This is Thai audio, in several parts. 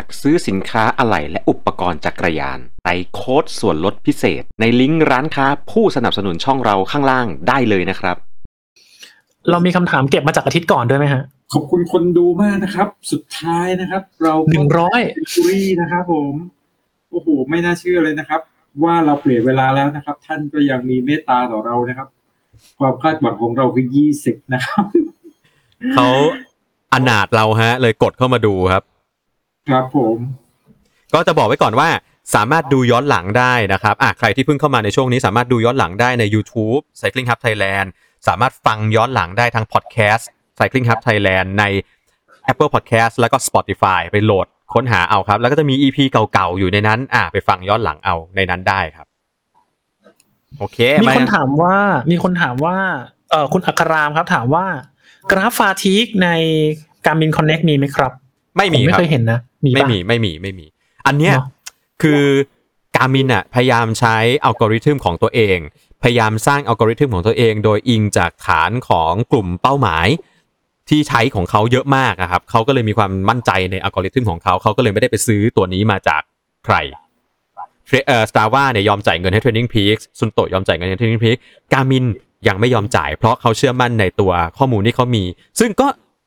ซื้อสินค้าอะไหล่และอุปกรณ์จักรยานใส่โค้ดส่วนลดพิเศษในลิงก์ร้านค้าผู้สนับสนุนช่องเราข้างล่างได้เลยนะครับเรามีคำถามเก็บมาจากอาทิตย์ก่อนด้วยไหมฮะขอบคุณคนดูมากนะครับสุดท้ายนะครับเรา 100 ซีรีส์นะครับผมโอ้โหไม่น่าเชื่อเลยนะครับว่าเราเปลี่ยนเวลาแล้วนะครับท่านก็ยังมีเมตตาต่อเรานะครับความคาดหวังของเราคือ20นะครับเขาอนาถเราฮะเลยกดเข้ามาดูครับครับผมก็จะบอกไว้ก่อนว่าสามารถดูย้อนหลังได้นะครับใครที่เพิ่งเข้ามาในช่วงนี้สามารถดูย้อนหลังได้ใน YouTube Cycling Hub Thailand สามารถฟังย้อนหลังได้ทาง Podcast Cycling Hub Thailand ใน Apple Podcast แล้วก็ Spotify ไปโหลดค้นหาเอาครับแล้วก็จะมี EP เก่าๆอยู่ในนั้นไปฟังย้อนหลังเอาในนั้นได้ครับโอเคมีคนถามว่าคุณอัครรามครับถามว่ากราฟฟาทีกใน Garmin Connect มีไหมครับไม่มีครับไม่เคยเห็นนะไม่มีอันเนี้ยคือ Garmin พยายามใช้อัลกอริทึมของตัวเองพยายามสร้างอัลกอริทึมของตัวเองโดยอิงจากฐานของกลุ่มเป้าหมายที่ใช้ของเขาเยอะมากนะครับเขาก็เลยมีความมั่นใจในอัลกอริทึมของเขาก็เลยไม่ได้ไปซื้อตัวนี้มาจากใครStrava เนี่ยยอมจ่ายเงินให้ Training Peaks ซุนโตะยอมจ่ายเงินให้ Training Peaks Garmin ยังไม่ยอมจ่ายเพราะเขาเชื่อมั่นในตัวข้อมูลที่เขามีซึ่ง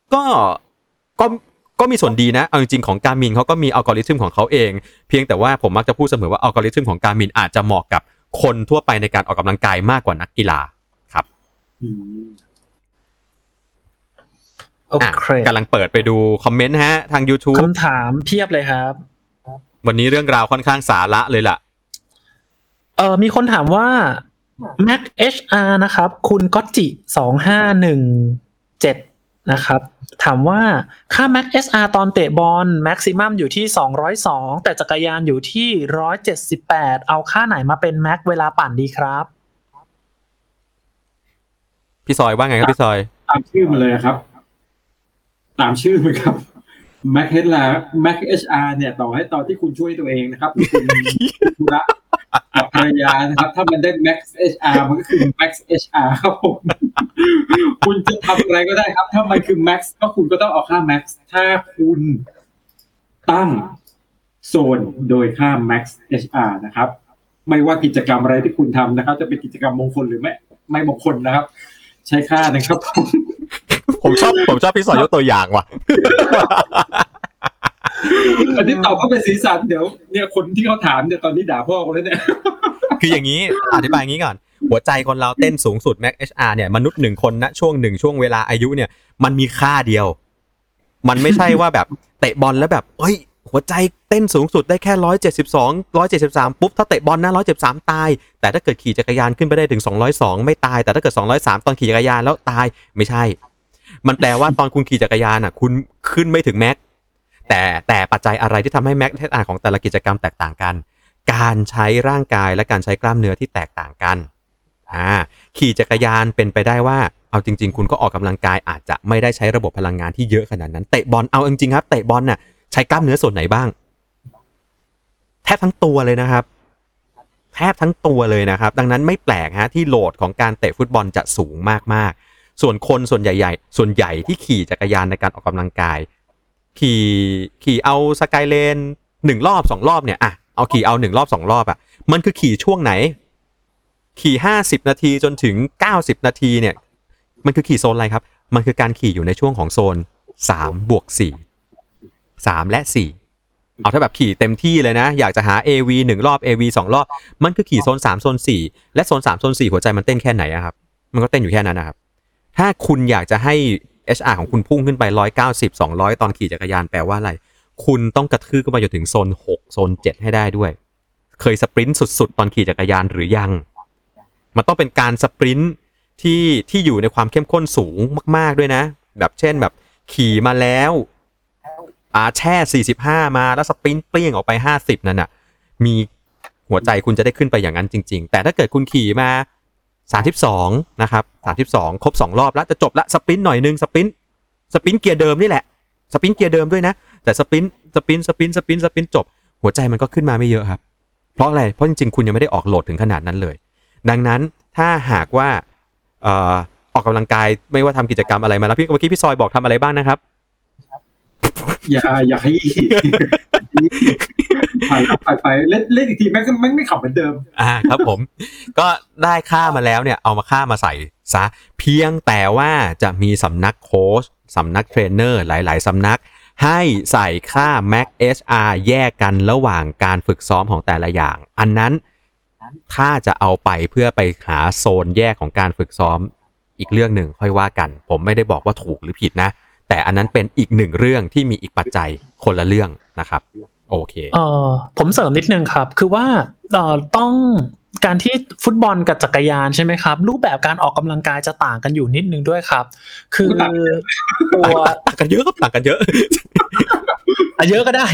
ก็มีส่วนดีนะเอาจริงๆของ Garmin เขาก็มีอัลกอริทึมของเขาเองเพียงแต่ว่าผมมักจะพูดเสมอว่าอัลกอริทึมของ Garmin อาจจะเหมาะกับคนทั่วไปในการออกกำลังกายมากกว่านักกีฬาครับโอเคกำลังเปิดไปดูคอมเมนต์ฮะทาง YouTube คำถามเพียบเลยครับวันนี้เรื่องราวค่อนข้างสาระเลยล่ะมีคนถามว่า Mac HR นะครับคุณก๊อตจิ2517นะครับถามว่าค่า Mac HR ตอนเตะบอล Maximum อยู่ที่202แต่จักรยานอยู่ที่178เอาค่าไหนมาเป็น Mac เวลาปั่นดีครับพี่ซอยว่าไงครับพี่ซอยตามชื่อมาเลยครับตามชื่อเลยครับ Mac HR เนี่ยต่อให้ตอนที่คุณช่วยตัวเองนะครับคุณธุระกับภรรยานะครับถ้ามันได้ Max HR มันก็คือ Max HR ครับผมคุณจะทำอะไรก็ได้ครับถ้ามันคือ Max ก็คุณก็ต้องเอาค่า Max ถ้าคุณตั้งโซนโดยค่า Max HR นะครับไม่ว่ากิจกรรมอะไรที่คุณทำนะครับจะเป็นกิจกรรมมงคลหรือไม่มงคลนะครับใช้ค่านะครับผมชอบพี่สอนยกตัวอย่างว่ะอันนี้ตอบก็เป็นสีสันเดี๋ยวเนี่ยคนที่เขาถามเนี่ยตอนนี้ด่าพ่อกันแล้วเนี่ยคืออย่างนี้อธิบายอย่างนี้ก่อนหัวใจคนเราเต้นสูงสุด Max HR เนี่ยมนุษย์1คนณช่วงเวลาอายุเนี่ยมันมีค่าเดียวมันไม่ใช่ว่าแบบเตะบอลแล้วแบบเฮ้ยหัวใจเต้นสูงสุดได้แค่172 173ปุ๊บถ้าเตะบอลนะ173ตายแต่ถ้าเกิดขี่จักรยานขึ้นไปได้ถึง202ไม่ตายแต่ถ้าเกิด203ตอนขี่จักรยานแล้วตายไม่ใช่มันแปลว่าตอนคุณขี่จักรยานคุณขึ้นไม่ถึงแม็กแต่ปัจจัยอะไรที่ทำให้แม็กของแต่ละกิจกรรมแตกต่างกันการใช้ร่างกายและการใช้กล้ามเนื้อที่แตกต่างกันขี่จักรยานเป็นไปได้ว่าเอาจริงๆคุณก็ออกกำลังกายอาจจะไม่ได้ใช้ระบบพลังงานที่เยอะขนาดนั้นเตะบอลเอาจริงๆครับเตะบอลน่ะใช้กล้ามเนื้อส่วนไหนบ้างแทบทั้งตัวเลยนะครับดังนั้นไม่แปลกที่โหลดของการเตะฟุตบอลจะสูงมากๆส่วนคนส่วนใหญ่ที่ขี่จักรยานในการออกกำลังกายขี่เอาสกายเลน1รอบ2รอบเนี่ยเอาขี่เอา1รอบ2รอบมันคือขี่ช่วงไหนขี่50นาทีจนถึง90นาทีเนี่ยมันคือขี่โซนอะไรครับมันคือการขี่อยู่ในช่วงของโซน3+4 3และ4เอาถ้าแบบขี่เต็มที่เลยนะอยากจะหา AV 1รอบ AV 2รอบมันคือขี่โซน3โซน4และโซน3โซน4หัวใจมันเต้นแค่ไหนครับมันก็เต้นอยู่แค่นั้นนะครับถ้าคุณอยากจะให้ HR ของคุณพุ่งขึ้นไป190 200ตอนขี่จักรยานแปลว่าอะไรคุณต้องกระทืบขึ้นไปจนถึงโซน6โซน7ให้ได้ด้วยเคยสปรินต์สุดๆตอนขี่จักรยานหรือยังมันต้องเป็นการสปรินต์ที่อยู่ในความเข้มข้นสูงมากๆด้วยนะแบบเช่นแบบขี่มาแล้วแช่45มาแล้วสปรินต์เปรี้ยงออกไป50นั่นน่ะมีหัวใจคุณจะได้ขึ้นไปอย่างนั้นจริงๆแต่ถ้าเกิดคุณขี่มา32นะครับ32ครบ2รอบแล้วจะจบละสปรินต์หน่อยนึงสปรินต์เกียร์เดิมนี่แหละสปรินต์เกียร์เดิมด้วยนะแต่สปรินต์จบหัวใจมันก็ขึ้นมาไม่เยอะครับเพราะอะไรเพราะจริงๆคุณยังไม่ได้ออกโหลดถึงขนาดนั้นเลยดังนั้นถ้าหากว่าออกกำลังกายไม่ว่าทำกิจกรรมอะไรมาแล้วเมื่อกี้พี่ซอยบอกทำอะไรบ้างนะครับอย่าให้ไปเล่นอีกทีแม่งไม่ขำเหมือนเดิมครับผมก็ได้ค่ามาแล้วเนี่ยเอามาค่ามาใส่ซะเพียงแต่ว่าจะมีสำนักโค้ชสำนักเทรนเนอร์หลายๆสำนักให้ใส่ค่า Max HR แยกกันระหว่างการฝึกซ้อมของแต่ละอย่างอันนั้นถ้าจะเอาไปเพื่อไปหาโซนแยกของการฝึกซ้อมอีกเรื่องหนึ่งค่อยว่ากันผมไม่ได้บอกว่าถูกหรือผิดนะแต่อันนั้นเป็นอีกหนึ่งเรื่องที่มีอีกปัจจัยคนละเรื่องนะครับโอเคผมเสริมนิดนึงครับคือว่าต้องการที่ฟุตบอลกับจักรยานใช่ไหมครับรูปแบบการออกกำลังกายจะต่างกันอยู่นิดนึงด้วยครับคือตัวต่างกันเยอะครับต่างกันเยอะเยอะก็ได้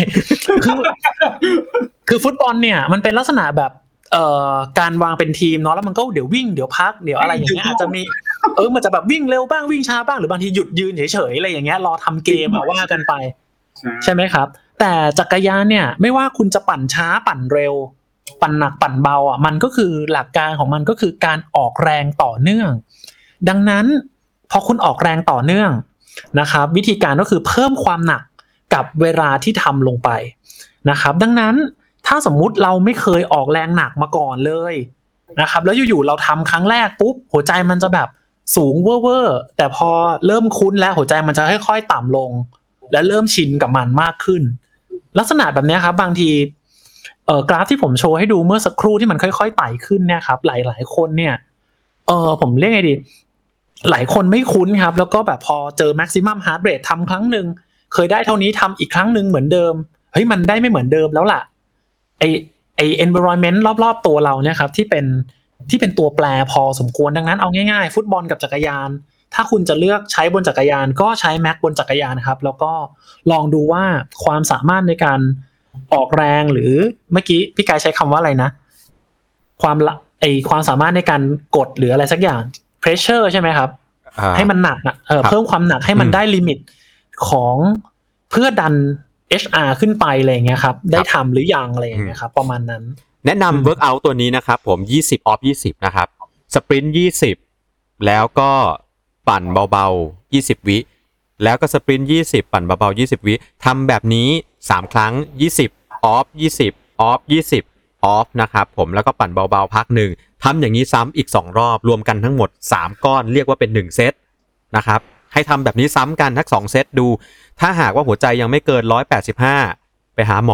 คือฟุตบอลเนี่ยมันเป็นลักษณะแบบการวางเป็นทีมเนาะแล้วมันก็เดี๋ยววิ่งเดี๋ยวพักเดี๋ยวอะไรอย่างเงี้ยอาจจะมีมันจะแบบวิ่งเร็วบ้างวิ่งช้าบ้างหรือบางทีหยุดยืนเฉยๆอะไรอย่างเงี้ยรอทำเกมว่ากันไปใช่ไหมครับแต่จักรยานเนี่ยไม่ว่าคุณจะปั่นช้าปั่นเร็วปั่นหนักปั่นเบามันก็คือหลักการของมันก็คือการออกแรงต่อเนื่องดังนั้นพอคุณออกแรงต่อเนื่องนะครับวิธีการก็คือเพิ่มความหนักกับเวลาที่ทำลงไปนะครับดังนั้นถ้าสมมุติเราไม่เคยออกแรงหนักมาก่อนเลยนะครับแล้วอยู่ๆเราทำครั้งแรกปุ๊บหัวใจมันจะแบบสูงเว่อร์แต่พอเริ่มคุ้นแล้วหัวใจมันจะค่อยๆต่ำลงและเริ่มชินกับมันมากขึ้นลักษณะแบบนี้ครับบางทีกราฟที่ผมโชว์ให้ดูเมื่อสักครู่ที่มันค่อยๆไต่ขึ้นเนี่ยครับหลายๆคนเนี่ยผมเรียกไงดีหลายคนไม่คุ้นครับแล้วก็แบบพอเจอ maximum heart rate ทำครั้งนึงเคยได้เท่านี้ทำอีกครั้งนึงเหมือนเดิมเฮ้ยมันได้ไม่เหมือนเดิมแล้วล่ะไอ environment รอบๆตัวเราเนี่ยครับที่เป็นตัวแปรพอสมควรดังนั้นเอาง่ายๆฟุตบอลกับจักรยานถ้าคุณจะเลือกใช้บนจักรยานก็ใช้แม็กบนจักรยานครับแล้วก็ลองดูว่าความสามารถในการออกแรงหรือเมื่อกี้พี่กายใช้คำว่าอะไรนะความสามารถในการกดหรืออะไรสักอย่าง pressure ใช่ไหมครับให้มันหนักเพิ่มความหนักให้มันได้ลิมิตของเพื่อดันHR ขึ้นไปอะไรอย่างเงี้ยครับได้ทำหรือยังอะไรอย่างเงี้ยครับประมาณนั้นแนะนำ workout ตัวนี้นะครับผม20 off 20นะครับสปรินต์20แล้วก็ปั่นเบาๆ20วิแล้วก็สปรินต์20ปั่นเบาๆ20วิทำแบบนี้3ครั้ง20 off 20 off 20 off นะครับผมแล้วก็ปั่นเบาๆพักหนึ่งทำอย่างนี้ซ้ำอีก2รอบรวมกันทั้งหมด3ก้อนเรียกว่าเป็น1เซตนะครับให้ทำแบบนี้ซ้ำกันทั้ง2เซตดูถ้าหากว่าหัวใจยังไม่เกิน185ไปหาหมอ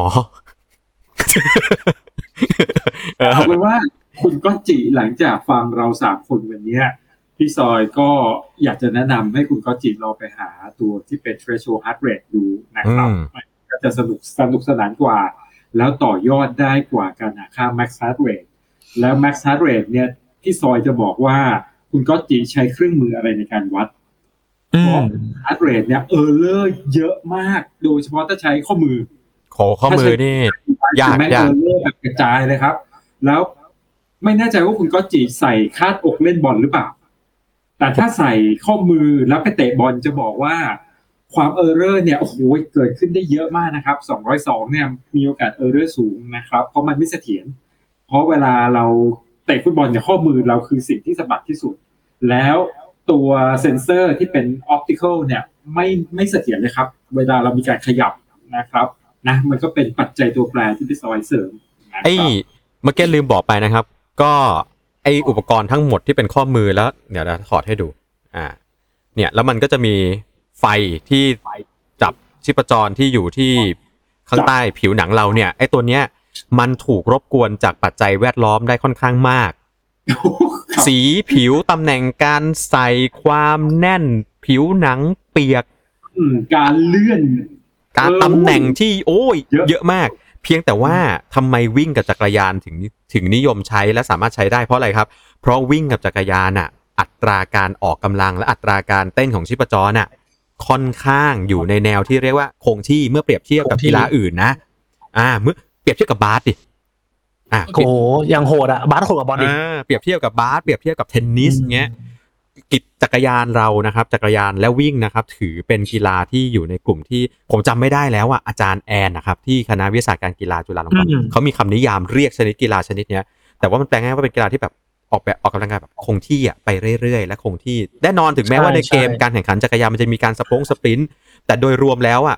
เอาเป็นว่าคุณก็จิหลังจากฟังเรา3คนวันนี้พี่ซอยก็อยากจะแนะนำให้คุณก็จิลองไปหาตัวที่เป็น threshold heart rate ดูนะครับก็จะสนุกสนานกว่าแล้วต่อยอดได้กว่าการหาค่า max heart rate แล้ว max heart rate เนี่ยพี่ซอยจะบอกว่าคุณก็จิใช้เครื่องมืออะไรในการวัดเพราะ heart rate เนี่ยerror เยอะมากโดยเฉพาะถ้าใช้ข้อมือนี่ยากแบบกระจายเลยครับแล้วไม่แน่ใจว่าคุณก็จีใส่คาดอกเล่นบอลหรือเปล่าแต่ถ้าใส่ข้อมือแล้วไปเตะบอลจะบอกว่าความเออร์เรอร์เนี่ยโอ้โหเกิดขึ้นได้เยอะมากนะครับ202เนี่ยมีโอกาสเออร์เรอร์สูงนะครับเพราะมันไม่เสถียรเพราะเวลาเราเตะฟุตบอลเนี่ยข้อมือเราคือสิ่งที่สะบัดที่สุดแล้วตัวเซ็นเซอร์ที่เป็นออปติคอลเนี่ยไม่เสถียรเลยครับเวลาเรามีการขยับนะครับนะมันก็เป็นปัจจัยตัวแปรที่พี่ซอยเสริมเมื่อกี้ลืมบอกไปนะครับก็อุปกรณ์ทั้งหมดที่เป็นข้อมือแล้วเดี๋ยวถอดให้ดูเนี่ยแล้วมันก็จะมีไฟที่จับชีพจรที่อยู่ที่ข้างใต้ผิวหนังเราเนี่ยตัวเนี้ยมันถูกรบกวนจากปัจจัยแวดล้อมได้ค่อนข้างมากสีผิวตำแหน่งการใส่ความแน่นผิวหนังเปียกการเลื่อนการตำแหน่งที่โอ้ยเยอะมากเพียงแต่ว่าทำไมวิ่งกับจักรยานถึงนิยมใช้และสามารถใช้ได้เพราะอะไรครับเพราะวิ่งกับจักรยานอัตราการออกกำลังและอัตราการเต้นของชีพจรค่อนข้างอยู่ในแนวที่เรียกว่าคงที่เมื่อเปรียบเทียบกับกีฬาอื่นนะเมื่อเปรียบเทียบกับบาสดิโอ้ยังโหดบาสโหดกับบอลดิเปรียบเทียบกับบาสเปรียบเทียบกับเทนนิสเงี้ยจักรยานเรานะครับจักรยานและวิ่งนะครับถือเป็นกีฬาที่อยู่ในกลุ่มที่ผมจำไม่ได้แล้วอาจารย์แอนนะครับที่คณะวิทยาศาสตร์การกีฬาจุฬาลงกรณ์เขามีคำนิยามเรียกชนิดกีฬาชนิดนี้แต่ว่ามันแปลง่ายว่าเป็นกีฬาที่แบบออกกำลังกายแบบคงที่ไปเรื่อยๆและคงที่แน่นอนถึงแม้ว่าในเกมการแข่งขันจักรยานมันจะมีการสปรินต์แต่โดยรวมแล้ว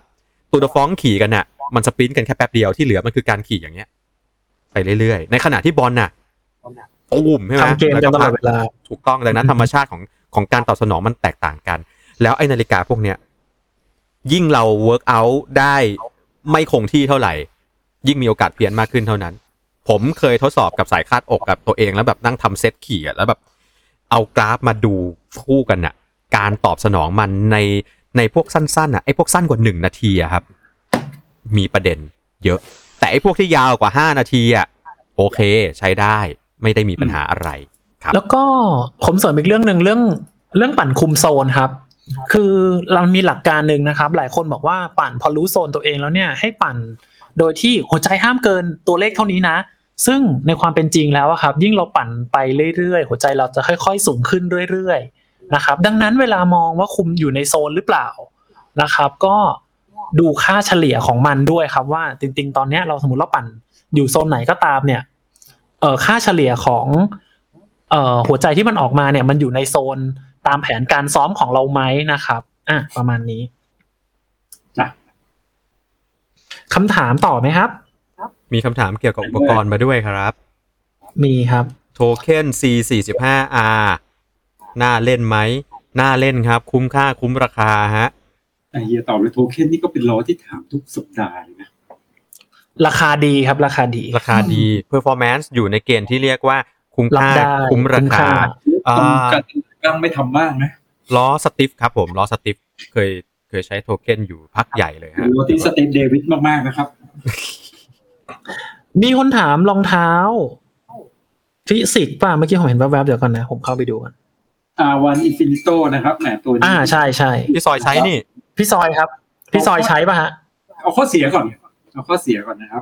ตัวเดอะฟ้องขี่กันน่ะมันสปรินต์กันแค่แป๊บเดียวที่เหลือมันคือการขี่อย่างเงี้ยไปเรื่อยๆในขณะที่บอลน่ะตูมใช่ไหมทำเกมกันตลอดเวลาถูกต้องดังนั้นธรรมชาติของการตอบสนองมันแตกต่างกันแล้วไอ้นาฬิกาพวกเนี้ยยิ่งเราเวิร์กเอาท์ได้ไม่คงที่เท่าไหร่ยิ่งมีโอกาสเพี้ยนมากขึ้นเท่านั้นผมเคยทดสอบกับสายคาดอกกับตัวเองแล้วแบบนั่งทำเซตขี่อะแล้วแบบเอากราฟมาดูคู่กันน่ะการตอบสนองมันในพวกสั้นๆอ่ะไอ้พวกสั้นกว่า1นาทีอะครับมีประเด็นเยอะแต่ไอ้พวกที่ยาวกว่า5นาทีอ่ะโอเคใช้ได้ไม่ได้มีปัญหาอะไรครับแล้วก็ผมเสริมอีกเรื่องนึงเรื่องปั่นคุมโซนครับคือเรามีหลักการนึงนะครับหลายคนบอกว่าปั่นพอรู้โซนตัวเองแล้วเนี่ยให้ปั่นโดยที่หัวใจห้ามเกินตัวเลขเท่านี้นะซึ่งในความเป็นจริงแล้วครับยิ่งเราปั่นไปเรื่อยๆหัวใจเราจะค่อยๆสูงขึ้นเรื่อยๆนะครับดังนั้นเวลามองว่าคุมอยู่ในโซนหรือเปล่านะครับก็ดูค่าเฉลี่ยของมันด้วยครับว่าจริงๆตอนนี้เราสมมติเราปั่นอยู่โซนไหนก็ตามเนี่ยค่าเฉลี่ยของหัวใจที่มันออกมาเนี่ยมันอยู่ในโซนตามแผนการซ้อมของเราไหมนะครับประมาณนี้จ้ะคำถามต่อไหมครับมีคำถามเกี่ยวกับอุปกรณ์มาด้วยครับมีครับโทเค็น C45R น่าเล่นไหมน่าเล่นครับคุ้มค่าคุ้มราคาฮะเฮียตอบเลยโทเค็นนี่ก็เป็นล้อที่ถามทุกสัปดาห์นะราคาดีครับราคาดี performance อยู่ในเกณฑ์ที่เรียกว่าคุ้มค่าคุ้มราคาการไม่ทำบ้างนะล้อสติฟครับผมล้อสติฟเคยใช้โทเค็นอยู่พักใหญ่เลยฮะล้อที่สตีฟเดวิดมากๆนะครับมีคนถามรองเท้าฟิสิกส์ป่ะเมื่อกี้ผมเห็นแวบๆเดี๋ยวก่อนนะผมเข้าไปดูกันวันอินฟินิโตนะครับแหมตัวนี้ใช่ๆพี่ซอยใช้นี่พี่ซอยครับพี่ซอยใช้ป่ะฮะเอาข้อเสียก่อนนะครับ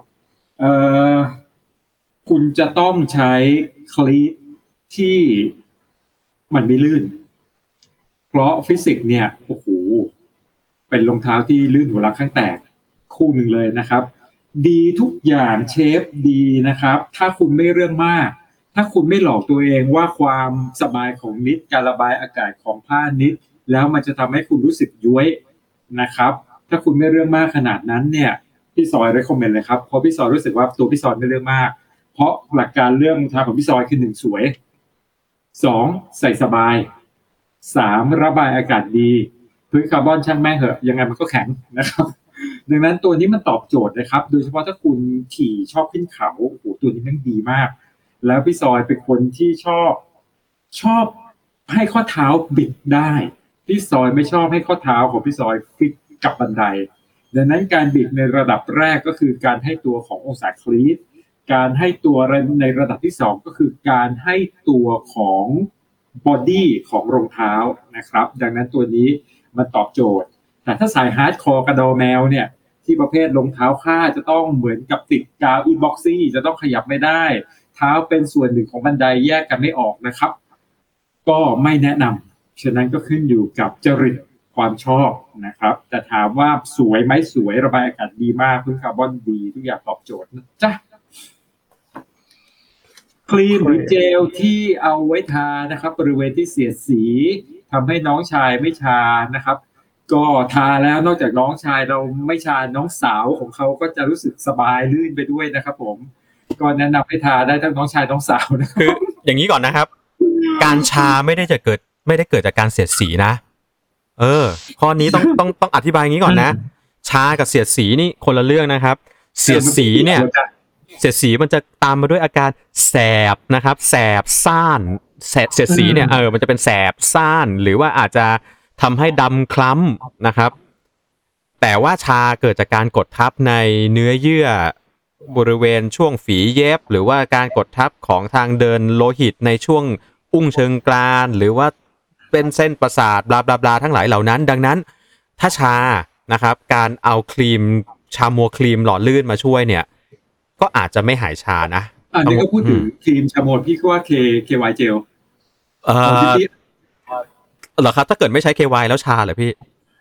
คุณจะต้องใช้คลีทที่มันไม่ลื่นเพราะฟิสิกส์เนี่ยโอ้โหเป็นรองเท้าที่ลื่นหัวรักข้างแตกคู่หนึ่งเลยนะครับดีทุกอย่างเชฟดีนะครับถ้าคุณไม่เรื่องมากถ้าคุณไม่หลอกตัวเองว่าความสบายของนิดการระบายอากาศของผ้านิดแล้วมันจะทำให้คุณรู้สึกย้วยนะครับถ้าคุณไม่เรื่องมากขนาดนั้นเนี่ยพี่ซอยrecommendเลยครับเพราะพี่ซอยรู้สึกว่าตัวพี่ซอยไม่เรื่องมากเพราะหลักการเรื่องรองเท้าของพี่ซอยคือ1สวย2ใส่สบาย3ระบายอากาศดีพื้นคาร์บอนช่างแม่งเหอะยังไงมันก็แข็งนะครับดังนั้นตัวนี้มันตอบโจทย์นะครับโดยเฉพาะถ้าคุณขี่ชอบขึ้นเขาโอ้โหตัวนี้แม่งดีมากแล้วพี่ซอยเป็นคนที่ชอบให้ข้อเท้าบิดได้พี่ซอยไม่ชอบให้ข้อเท้าของพี่ซอยฟิกกับบันไดดังนั้นการบิดในระดับแรกก็คือการให้ตัวขององศาคลีทการให้ตัวในระดับที่2ก็คือการให้ตัวของบอดี้ของรองเท้านะครับดังนั้นตัวนี้มันตอบโจทย์แต่ถ้าสายฮาร์ดคอร์กระดอแมวเนี่ยที่ประเภทรองเท้าค่าจะต้องเหมือนกับติดกาวอีบ็อกซี่จะต้องขยับไม่ได้เท้าเป็นส่วนหนึ่งของบันไดแยกกันไม่ออกนะครับก็ไม่แนะนำฉะนั้นก็ขึ้นอยู่กับจริตความชอบนะครับแต่ถามว่าสวยไหมสวยระบายอากาศดีมากพื้นคาร์บอนดีทุกอย่างตอบโจทย์นะจ๊ะครีมหรือเจลที่เอาไว้ทานะครับบริเวณที่เสียดสีทำให้น้องชายไม่ชานะครับก็ทาแล้วนอกจากน้องชายเราไม่ชาน้องสาวของเขาก็จะรู้สึกสบายลื่นไปด้วยนะครับผมก็แนะนำให้ทาได้ทั้งน้องชายน้องสาวนะคืออย่างนี้ก่อนนะครับการชาไม่ได้เกิดจากการเสียดสีนะข้อนี้ต้องอธิบายอย่างนี้ก่อนนะชากับเสียดสีนี่คนละเรื่องนะครับเสียดสีเนี่ยเสียดสีมันจะตามมาด้วยอาการแสบนะครับแสบซ่านเสียดสีเนี่ยมันจะเป็นแสบซ่านหรือว่าอาจจะทำให้ดำคล้ำนะครับแต่ว่าชาเกิดจากการกดทับในเนื้อเยื่อบริเวณช่วงฝีเย็บหรือว่าการกดทับของทางเดินโลหิตในช่วงอุ้งเชิงกรานหรือว่าเป็นเส้นประสาทบลาบลาบลาทั้งหลายเหล่านั้นดังนั้นถ้าชานะครับการเอาครีมชามัวครีมหล่อลื่นมาช่วยเนี่ยก็อาจจะไม่หายชานะอันนี้ก็พูดถึงครีมชามัวพี่ก็ว่า KY เจลเหรอครับถ้าเกิดไม่ใช้ KY แล้วชาเหรอพี่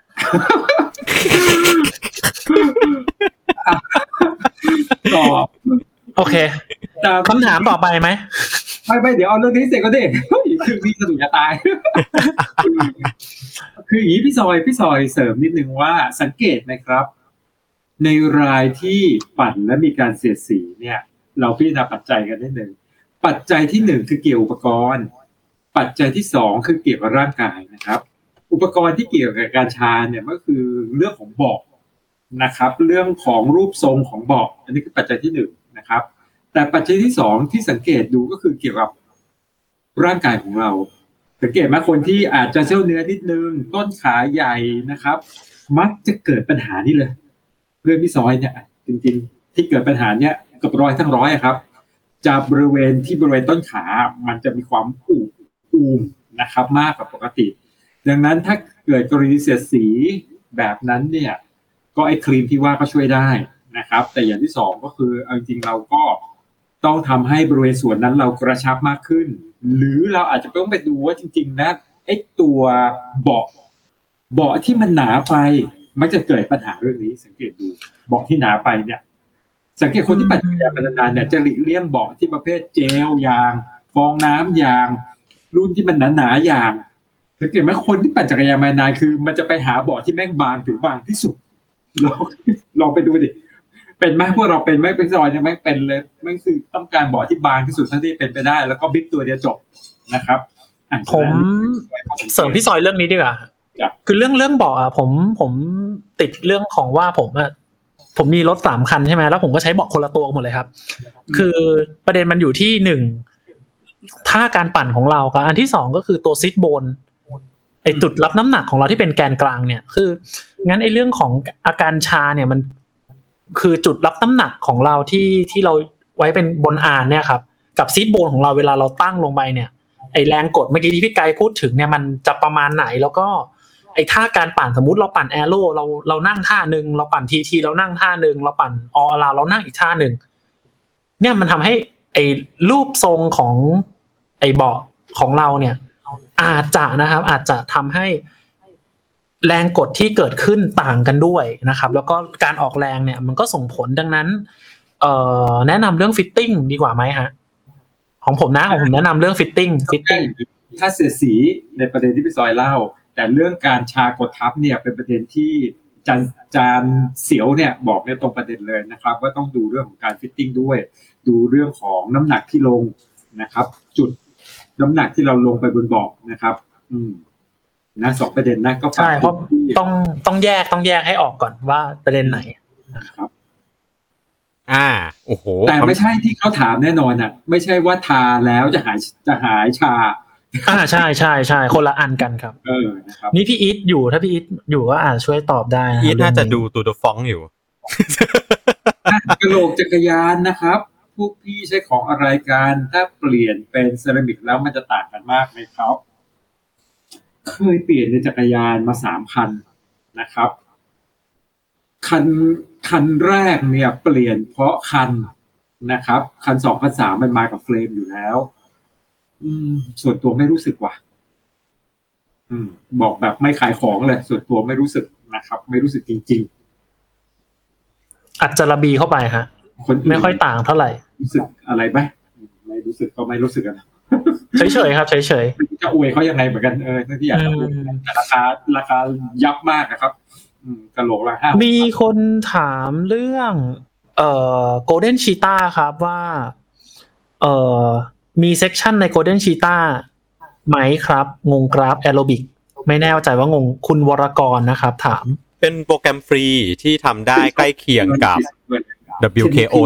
ต่อโอเคคำถามต่อไปไหมไม่เดี๋ยวเอาเรื่องนี้เสร็จก็ได้คือพี่สนุกจะตาย คืออย่างนี้พี่ซอยเสริมนิดนึงว่าสังเกตไหมครับในรายที่ปั่นและมีการเสียดสีเนี่ยเราพิจารณาปัจจัยกันนิดนึงปัจจัยที่1คือเกี่ยวอุปกรณ์ปัจจัยที่2คือเกี่ยวกับร่างกายนะครับอุปกรณ์ที่เกี่ยวกับการชาเนี่ยก็คือเรื่องของเบาะนะครับเรื่องของรูปทรงของเบาะอันนี้คือปัจจัยที่1นะครับแต่ปัจจัยที่2ที่สังเกตดูก็คือเกี่ยวกับร่างกายของเราสังเกตไหมคนที่อาจจะเส้นเนื้อนิดนึงต้นขาใหญ่นะครับมักจะเกิดปัญหานี้เลยเพื่อนพี่ซอยเนี่ยจริงๆที่เกิดปัญหาเนี้ยเกือบ100ทั้ง100ครับจะบริเวณต้นขามันจะมีความอูมนะครับมากกว่าปกติดังนั้นถ้าเกิดกรณีเสียดสีแบบนั้นเนี่ยก็ไอ้ครีมที่ว่าก็ช่วยได้นะครับแต่อย่างที่2ก็คือจริงๆเราก็ต้องทำให้บริเวณส่วนนั้นเรากระชับมากขึ้นหรือเราอาจจะต้องไปดูว่าจริงๆนะไอ้ตัวเบาะที่มันหนาไปมักจะเกิดปัญหาเรื่องนี้สังเกตดูเบาะที่หนาไปเนี่ยสังเกตคนที่ปั่นจักรยานนานๆเนี่ยจะหลีกเลี่ยงเบาะที่ประเภทเจลยางฟองน้ำยางรุ่นที่มันหนาๆยางสังเกตไหมคนที่ปั่นจักรยานมานานคือมันจะไปหาเบาะที่แม่งบางถึงบางที่สุดลองไปดูดิเป็นไหมพวกเราเป็นไหมเป็นซอยเนี่ยไม่เป็นเลยไม่คือต้องการเบาะที่บางที่สุดเท่าที่เป็นไปได้แล้วก็บิ๊กตัวเดียวจบนะครับผมเสริมพี่ซอยเรื่องนี้ดีกว่าคือเรื่องเบาะผมติดเรื่องของว่าผมมีรถ3คันใช่ไหมแล้วผมก็ใช้เบาะคนละตัวหมดเลยครับคือประเด็นมันอยู่ที่1ท่าการปั่นของเรากับอันที่2ก็คือตัวซิทโบนไอจุดรับน้ำหนักของเราที่เป็นแกนกลางเนี่ยคืองั้นไอเรื่องของอาการชาเนี่ยมันคือจุดรับน้ำหนักของเราที่เราไว้เป็นบนอานเนี่ยครับกับซิทโบนของเราเวลาเราตั้งลงไปเนี่ยไอแรงกดเมื่อกี้ที่พี่ไกด์พูดถึงเนี่ยมันจะประมาณไหนแล้วก็ไอ้ท่าการปั่นสมมุติเราปั่นแอโร่เรานั่งท่านึงเราปั่นทีเรานั่งท่านึงเราปั่นออลาเรานั่งอีกท่านึงเนี่ยมันทำให้ไอ้รูปทรงของไอ้เบาะของเราเนี่ยอาจจะทำให้แรงกดที่เกิดขึ้นต่างกันด้วยนะครับแล้วก็การออกแรงเนี่ยมันก็ส่งผลดังนั้นแนะนำเรื่องฟิตติ้งดีกว่าไหมฮะของผมแนะนำเรื่องฟิตติ้งถ้าเสียสีในประเด็นที่พี่ซอยเล่าแต่เรื่องการชากดทับเนี่ยเป็นประเด็นที่จานเสียวเนี่ยบอกเนี่ยตรงประเด็นเลยนะครับว่าต้องดูเรื่องของการฟิตติ้งด้วยดูเรื่องของน้ำหนักที่ลงนะครับจุดน้ำหนักที่เราลงไปบนเบาะนะครับนะ2ประเด็นนะก็ใช่เพราะต้องแยกให้ออกก่อนว่าประเด็นไหนนะครับโอ้โหแต่ไม่ใช่ที่เขาถามแน่นอนอ่ะไม่ใช่ว่าทาแล้วจะหายชาใช่คนละอันกันครับนะครับนี่พี่อีทอยู่ถ้าพี่อีทอยู่ก็อาจช่วยตอบได้อีทน่าจะดูตูเดอะฟองอยู่กระโหลกจักรยานนะครับพวกพี่ใช้ของอะไรกันถ้าเปลี่ยนเป็นเซรามิกแล้วมันจะต่างกันมากไหมครับเคยเปลี่ยนในจักรยานมา3คันนะครับคันแรกเนี่ยเปลี่ยนเพราะคันนะครับคัน2คัน3มันมากับเฟรมอยู่แล้วส่วนตัวไม่รู้สึกว่ะบอกแบบไม่ขายของเลยส่วนตัวไม่รู้สึกนะครับไม่รู้สึกจริงๆอาจจะระบีเข้าไปฮะไม่ค่อยต่างเท่าไหร่รู้สึกอะไรไหมไม่รู้สึกก็ไม่รู้สึกกันเฉยๆครับเฉยๆจะอวยเขายังไงเหมือนกันที่อยากจะพูดแต่ราคายับมากนะครับกะโหลกละ5 มีคนถามเรื่องGolden Cheetah ครับว่ามีเซกชันใน Golden Cheetah ไหมครับงงกราฟแอโรบิกไม่แน่ใจว่างงคุณวรกรนะครับถามเป็นโปรแกรมฟรีที่ทำได้ใกล้เคียงกับ WKO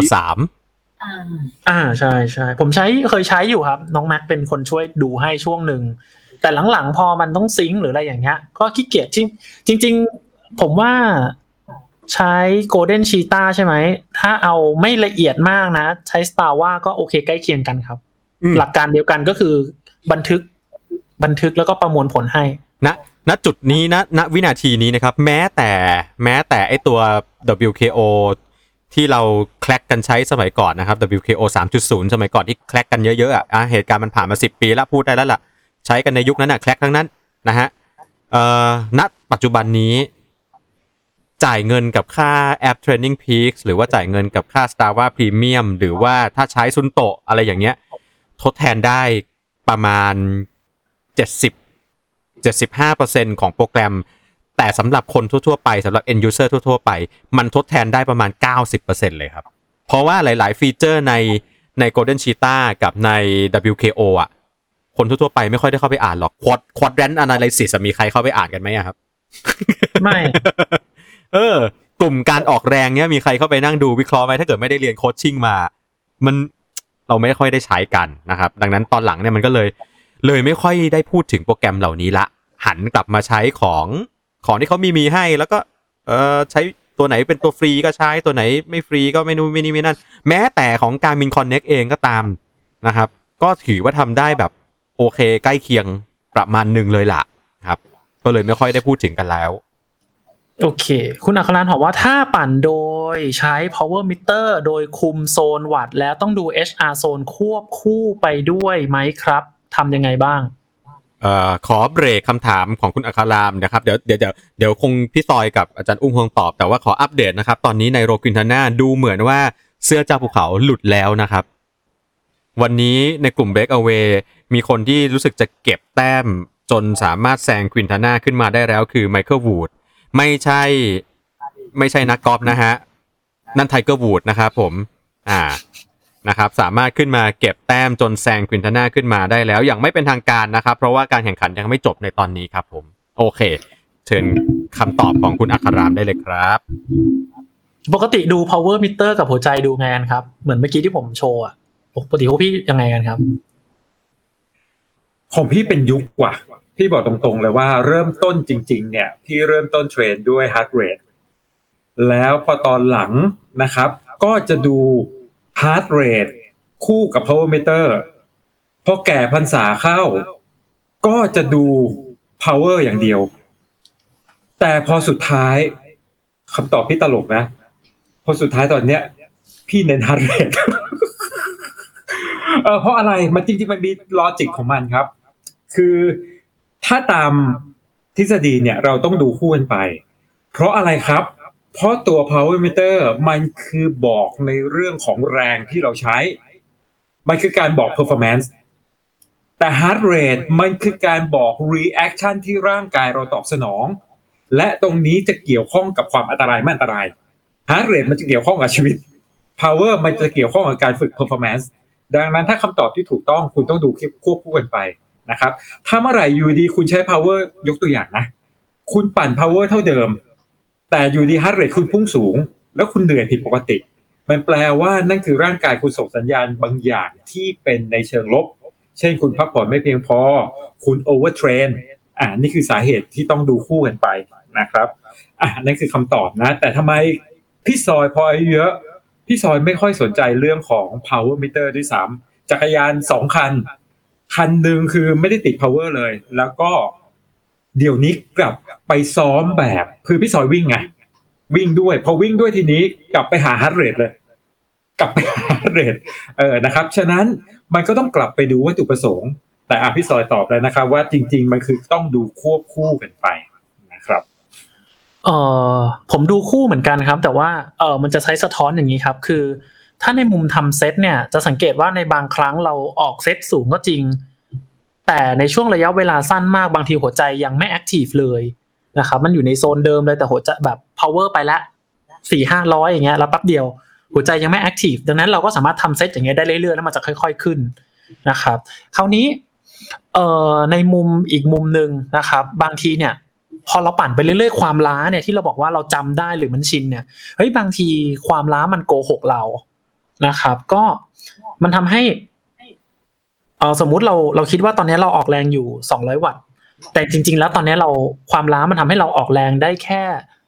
3ใช่ผมเคยใช้อยู่ครับน้องแม็กเป็นคนช่วยดูให้ช่วงหนึ่งแต่หลังๆพอมันต้องซิงค์หรืออะไรอย่างเงี้ยก็ขี้เกียจจริงผมว่าใช้ Golden Cheetah ใช่ไหมถ้าเอาไม่ละเอียดมากนะใช้ Strava ก็โอเคใกล้เคียงกันครับหลักการเดียวกันก็คือบันทึกแล้วก็ประมวลผลให้ณจุดนี้ณวินาทีนี้นะครับแม้แต่ไอตัว WKO ที่เราแคลกกันใช้สมัยก่อนนะครับ WKO 3.0 สมัยก่อนที่แคลกกันเยอะๆเหตุการณ์มันผ่านมา10 ปีแล้วพูดได้แล้วล่ะใช้กันในยุคนั้นแคลกทั้งนั้นนะฮะณปัจจุบันนี้จ่ายเงินกับค่าแอป Training Peaks หรือว่าจ่ายเงินกับค่า Strava Premium หรือว่าถ้าใช้ซุนโตะอะไรอย่างเงี้ยทดแทนได้ประมาณ 75% ของโปรแกรมแต่สำหรับคนทั่วๆไปสำหรับ end user ทั่วๆไปมันทดแทนได้ประมาณ 90% เลยครับเพราะว่าหลายๆฟีเจอร์ใน Golden Cheetah กับใน WKO อ่ะคนทั่วๆไปไม่ค่อยได้เข้าไปอ่านหรอก Quadrant Analysis มีใครเข้าไปอ่านกันไหมครับไม่กลุ่มการออกแรงเนี้ยมีใครเข้าไปนั่งดูวิเคราะห์ไหมถ้าเกิดไม่ได้เรียนโคชชิ่งมามันเราไม่ค่อยได้ใช้กันนะครับดังนั้นตอนหลังเนี่ยมันก็เลยไม่ค่อยได้พูดถึงโปรแกรมเหล่านี้ละหันกลับมาใช้ของที่เขามีให้แล้วก็ใช้ตัวไหนเป็นตัวฟรีก็ใช้ตัวไหนไม่ฟรีก็ไม่นู่นไม่นี่ไม่นั่นแม้แต่ของ Garmin Connect เองก็ตามนะครับก็ถือว่าทำได้แบบโอเคใกล้เคียงประมาณนึงเลยล่ะครับก็เลยไม่ค่อยได้พูดถึงกันแล้วโอเคคุณอัครนันท์บอกว่าถ้าปั่นโดยใช้ power meter โดยคุมโซนวัตต์แล้วต้องดู HR โซนควบคู่ไปด้วยไหมครับทำยังไงบ้างขอเบรกคำถามของคุณอัครามนะครับเดี๋ยวคงพี่ซอยกับอาจารย์อุ้งคงตอบแต่ว่าขออัปเดตนะครับตอนนี้ในโรกินทาน่าดูเหมือนว่าเสื้อเจ้าภูเขาหลุดแล้วนะครับวันนี้ในกลุ่ม Breakaway มีคนที่รู้สึกจะเก็บแต้มจนสามารถแซงควินทาน่าขึ้นมาได้แล้วคือไมเคิลวูดไม่ใช่นักกอล์ฟนะฮะนั่นไทเกอร์วูดนะครับผมนะครับสามารถขึ้นมาเก็บแต้มจนแซงควินทาน่าขึ้นมาได้แล้วอย่างไม่เป็นทางการนะครับเพราะว่าการแข่งขันยังไม่จบในตอนนี้ครับผมโอเคเชิญคำตอบของคุณอัครามได้เลยครับปกติดู power meter กับหัวใจดูไงกันครับเหมือนเมื่อกี้ที่ผมโชว์ปกติพวกพี่ยังไงกันครับของพี่เป็นยุคว่ะพี่บอกตรงๆเลยว่าเริ่มต้นจริงๆเนี่ยพี่เริ่มต้นเทรนด้วย heart rate แล้วพอตอนหลังนะครับก็จะดู heart rate คู่กับ power meter พอแก่พรรษาเข้าก็จะดู power อย่างเดียวแต่พอสุดท้ายคำตอบพี่ตลกนะพอสุดท้ายตอนเนี้ยพี่เน้น heart rate เพราะอะไรมันจริงๆมันมีลอจิกของมันครับคือถ้าตามทฤษฎีเนี่ยเราต้องดูคู่กันไปเพราะอะไรครับเพราะตัว power meter มันคือบอกในเรื่องของแรงที่เราใช้มันคือการบอก performance แต่ heart rate มันคือการบอก reaction ที่ร่างกายเราตอบสนองและตรงนี้จะเกี่ยวข้องกับความอันตรายไม่อันตราย heart rate มันจะเกี่ยวข้องกับชีวิต power มันจะเกี่ยวข้องกับการฝึก performance ดังนั้นถ้าคำตอบที่ถูกต้องคุณต้องดูควบคู่กันไปนะครับถ้าเมื่อไหร่อยู่ดีคุณใช้ power ยกตัวอย่างนะคุณปั่น power เท่าเดิมแต่อยู่ดี heart rate คุณพุ่งสูงแล้วคุณเหนื่อยผิดปกติมันแปลว่านั่นคือร่างกายคุณส่งสัญญาณบางอย่างที่เป็นในเชิงลบเช่นคุณพักผ่อนไม่เพียงพอคุณ overtrain นี่คือสาเหตุที่ต้องดูคู่กันไปนะครับนั่นคือคำตอบนะแต่ทำไมพี่ซอยพออายุเยอะพี่ซอยไม่ค่อยสนใจเรื่องของ power meter ด้วยซ้ำจักรยาน2คันหนึ่งคือไม่ได้ติด power เลยแล้วก็เดี๋ยวนี้กลับไปซ้อมแบบคือพี่ซอยวิ่งไงวิ่งด้วยพอวิ่งด้วยทีนี้กลับไปหา heart rate เลยกลับไปหา heart rate นะครับฉะนั้นมันก็ต้องกลับไปดูวัตถุประสงค์แต่พี่ซอยตอบแล้วนะครับว่าจริงๆมันคือต้องดูควบคู่กันไปนะครับผมดูคู่เหมือนกันครับแต่ว่ามันจะใช้สะท้อนอย่างนี้ครับคือถ้าในมุมทำเซตเนี่ยจะสังเกตว่าในบางครั้งเราออกเซตสูงก็จริงแต่ในช่วงระยะเวลาสั้นมากบางทีหัวใจยังไม่แอคทีฟเลยนะครับมันอยู่ในโซนเดิมเลยแต่หัวใจแบบ power ไปละ 400-500 อย่างเงี้ยแล้วแป๊บเดียวหัวใจยังไม่แอคทีฟดังนั้นเราก็สามารถทำเซตอย่างเงี้ยได้เรื่อยๆแล้วมันจะค่อยๆขึ้นนะครับคราวนี้ในมุมอีกมุมนึงนะครับบางทีเนี่ยพอเราปั่นไปเรื่อยๆความล้าเนี่ยที่เราบอกว่าเราจำได้หรือมันชินเนี่ยเฮ้ยบางทีความล้ามันโกหกเรานะครับก็มันทำให้สมมุติเราคิดว่าตอนนี้เราออกแรงอยู่200วัตต์แต่จริงๆแล้วตอนนี้เราความล้ามันทำให้เราออกแรงได้แค่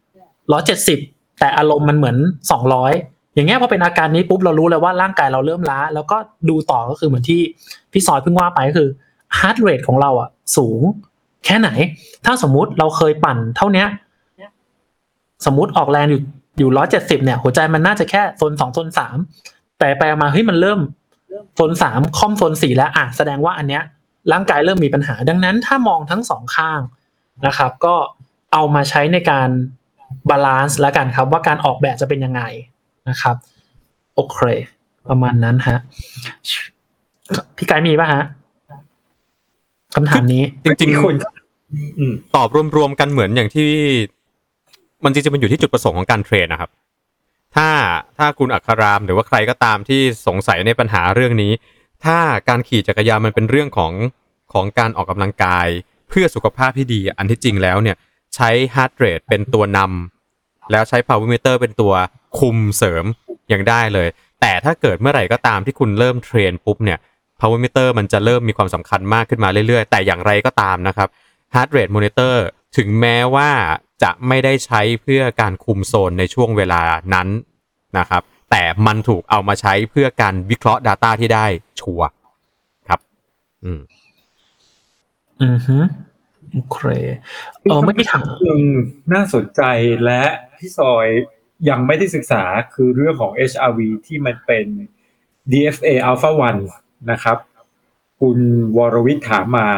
170แต่อารมณ์มันเหมือน200อย่างเงี้ยพอเป็นอาการนี้ปุ๊บเรารู้เลยว่าร่างกายเราเริ่มล้าแล้วก็ดูต่อก็คือเหมือนที่พี่ซอยเพิ่งว่าไปก็คือ heart rate ของเราสูงแค่ไหนถ้าสมมุติเราเคยปั่นเท่านี้สมมุติออกแรงอยู่170เนี่ยหัวใจมันน่าจะแค่โซน2โซน3แต่ไปมาเฮ้ยมันเริ่มโซน3ค่อมโซน4แล้วแสดงว่าอันเนี้ยร่างกายเริ่มมีปัญหาดังนั้นถ้ามองทั้ง2ข้างนะครับก็เอามาใช้ในการบาลานซ์แล้วกันครับว่าการออกแบบจะเป็นยังไงนะครับโอเคประมาณนั้นฮะพี่ไกด์มีป่ะฮะคำถามนี้จริงๆตอบรวมๆกันเหมือนอย่างที่มันจริงๆมันอยู่ที่จุดประสงค์ของการเทรนนะครับถ้าคุณอัครามหรือว่าใครก็ตามที่สงสัยในปัญหาเรื่องนี้ถ้าการขี่จักรยานมันเป็นเรื่องของการออกกำลังกายเพื่อสุขภาพที่ดีอันที่จริงแล้วเนี่ยใช้ heart rate เป็นตัวนำแล้วใช้ power meter เป็นตัวคุมเสริมอย่างได้เลยแต่ถ้าเกิดเมื่อไหร่ก็ตามที่คุณเริ่มเทรนปุ๊บเนี่ย power meter มันจะเริ่มมีความสำคัญมากขึ้นมาเรื่อยๆแต่อย่างไรก็ตามนะครับ heart rate monitor ถึงแม้ว่าจะไม่ได้ใช้เพื่อการคุมโซนในช่วงเวลานั้นนะครับแต่มันถูกเอามาใช้เพื่อการวิเคราะห์ Data ที่ได้ชัวร์ครับโอเคเมื่อกี้ถามนึงน่าสนใจและพี่ซอยยังไม่ได้ศึกษาคือเรื่องของ HRV ที่มันเป็น DFA Alpha 1นะครับคุณวรวิทย์ถามมา